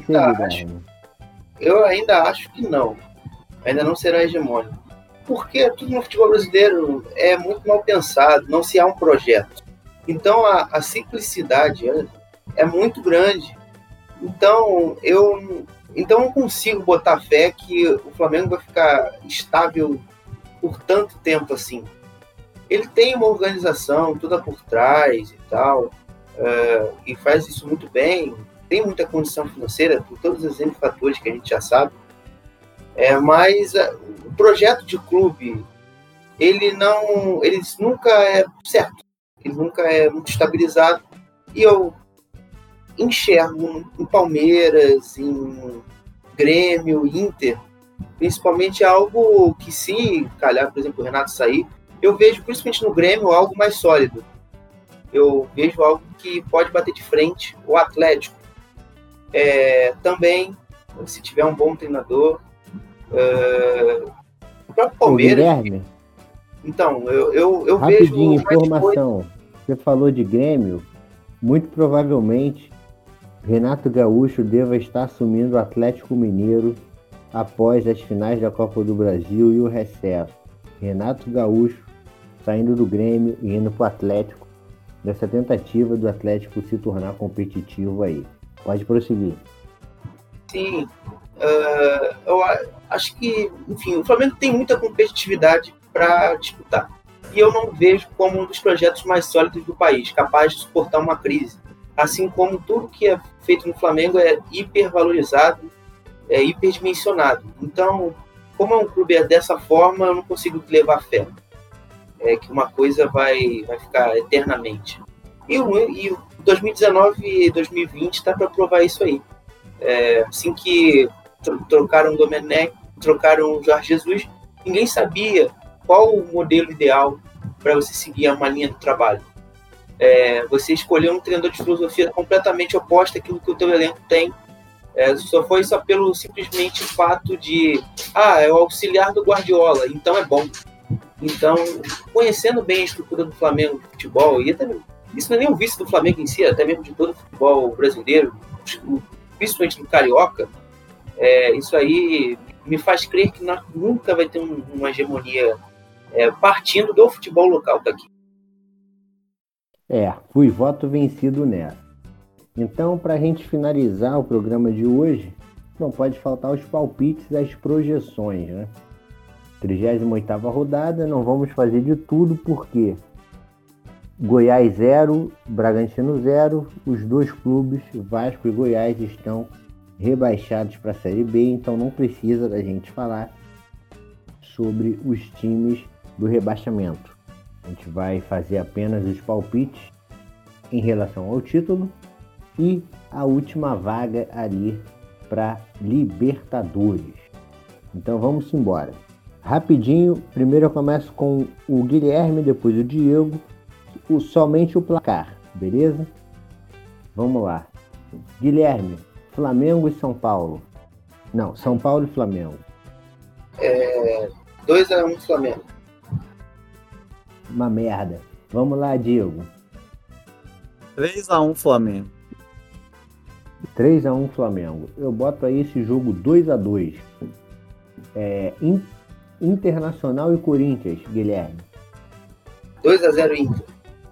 eu ainda acho que não. Ainda não será hegemônico. Porque tudo no futebol brasileiro é muito mal pensado, não se há um projeto. Então, a simplicidade é muito grande. Então, eu Então eu não consigo botar fé que o Flamengo vai ficar estável por tanto tempo assim. Ele tem uma organização toda por trás e tal, e faz isso muito bem, tem muita condição financeira, por todos os fatores que a gente já sabe, mas o projeto de clube, ele nunca é certo, ele nunca é muito estabilizado, e eu enxergo em Palmeiras, em Grêmio, Inter, principalmente algo que, se calhar, por exemplo, o Renato sair, eu vejo, principalmente no Grêmio, algo mais sólido. Eu vejo algo que pode bater de frente. O Atlético também, se tiver um bom treinador. O próprio Palmeiras. Guilherme, então, eu rapidinho, vejo... informação. Você falou de Grêmio, muito provavelmente Renato Gaúcho deva estar assumindo o Atlético Mineiro após as finais da Copa do Brasil e o recesso. Renato Gaúcho saindo do Grêmio e indo para o Atlético, nessa tentativa do Atlético se tornar competitivo aí. Pode prosseguir. Sim, eu acho que, enfim, o Flamengo tem muita competitividade para disputar. E eu não vejo como um dos projetos mais sólidos do país, capaz de suportar uma crise. Assim como tudo que é feito no Flamengo é hipervalorizado, é hiperdimensionado. Então, como é um clube dessa forma, eu não consigo levar fé. Que uma coisa vai ficar eternamente. E 2019 e 2020 está para provar isso aí. Assim que trocaram o Domenech, trocaram o Jorge Jesus, ninguém sabia qual o modelo ideal para você seguir uma linha de trabalho. Você escolheu um treinador de filosofia completamente oposta àquilo que o teu elenco tem. Só foi pelo simplesmente fato de é o auxiliar do Guardiola, então é bom. Então, conhecendo bem a estrutura do Flamengo de futebol, e até, isso não é nem o vício do Flamengo em si, até mesmo de todo o futebol brasileiro, principalmente no Carioca, isso aí me faz crer que nós nunca vai ter uma hegemonia partindo do futebol local daqui. Fui voto vencido nessa. Então, para a gente finalizar o programa de hoje, não pode faltar os palpites e as projeções, né? 38ª rodada, não vamos fazer de tudo, porque Goiás 0, Bragantino 0, os dois clubes, Vasco e Goiás, estão rebaixados para a Série B, então não precisa da gente falar sobre os times do rebaixamento. A gente vai fazer apenas os palpites em relação ao título e a última vaga ali para Libertadores. Então vamos embora. Rapidinho, primeiro eu começo com o Guilherme, depois o Diego, somente o placar, beleza? Vamos lá. Guilherme, Flamengo e São Paulo. Não, São Paulo e Flamengo. 2-1 Flamengo. Uma merda. Vamos lá, Diego. 3-1 Flamengo. 3-1 Flamengo. Eu boto aí esse jogo 2-2. Internacional e Corinthians, Guilherme. 2-0 Inter.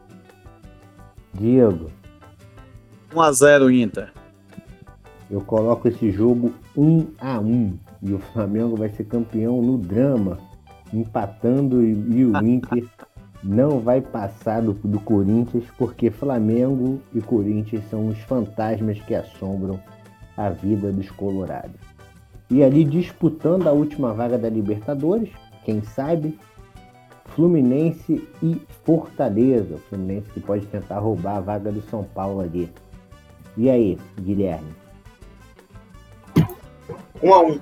Diego. 1-0 Inter. Eu coloco esse jogo 1-1. E o Flamengo vai ser campeão no drama, empatando, e o Inter não vai passar do Corinthians, porque Flamengo e Corinthians são os fantasmas que assombram a vida dos colorados. E ali disputando a última vaga da Libertadores, quem sabe, Fluminense e Fortaleza. O Fluminense que pode tentar roubar a vaga do São Paulo ali. E aí, Guilherme? 1-1.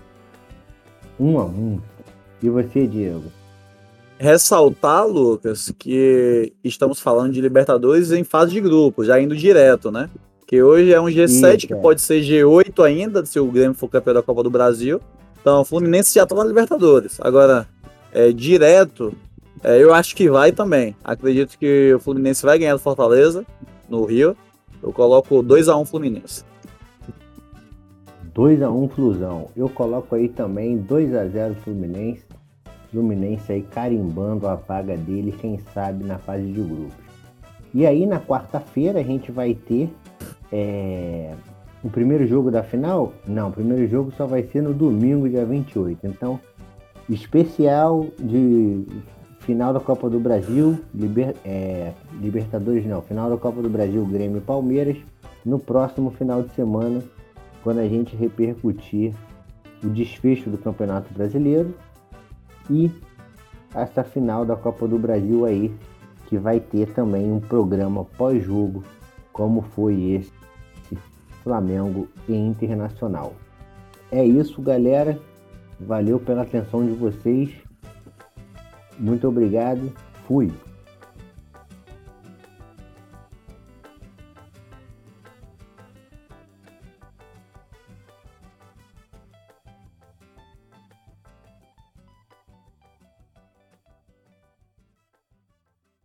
1-1. E você, Diego? Ressaltar, Lucas, que estamos falando de Libertadores em fase de grupo, já indo direto, né? Que hoje é um G7, que pode ser G8 ainda, se o Grêmio for campeão da Copa do Brasil. Então, o Fluminense já está na Libertadores. Agora, direto, eu acho que vai também. Acredito que o Fluminense vai ganhar do Fortaleza, no Rio. Eu coloco 2-1 Fluminense. 2-1 Flusão. Eu coloco aí também 2-0 Fluminense. Fluminense aí carimbando a vaga dele, quem sabe, na fase de grupos. E aí, na quarta-feira, a gente vai ter O primeiro jogo da final? Não, o primeiro jogo só vai ser no domingo, dia 28. Então, especial de final da Copa do Brasil, Libertadores não, final da Copa do Brasil, Grêmio e Palmeiras, no próximo final de semana, quando a gente repercutir o desfecho do Campeonato Brasileiro e essa final da Copa do Brasil aí, que vai ter também um programa pós-jogo, como foi esse Flamengo e Internacional. É isso, galera. Valeu pela atenção de vocês. Muito obrigado. Fui.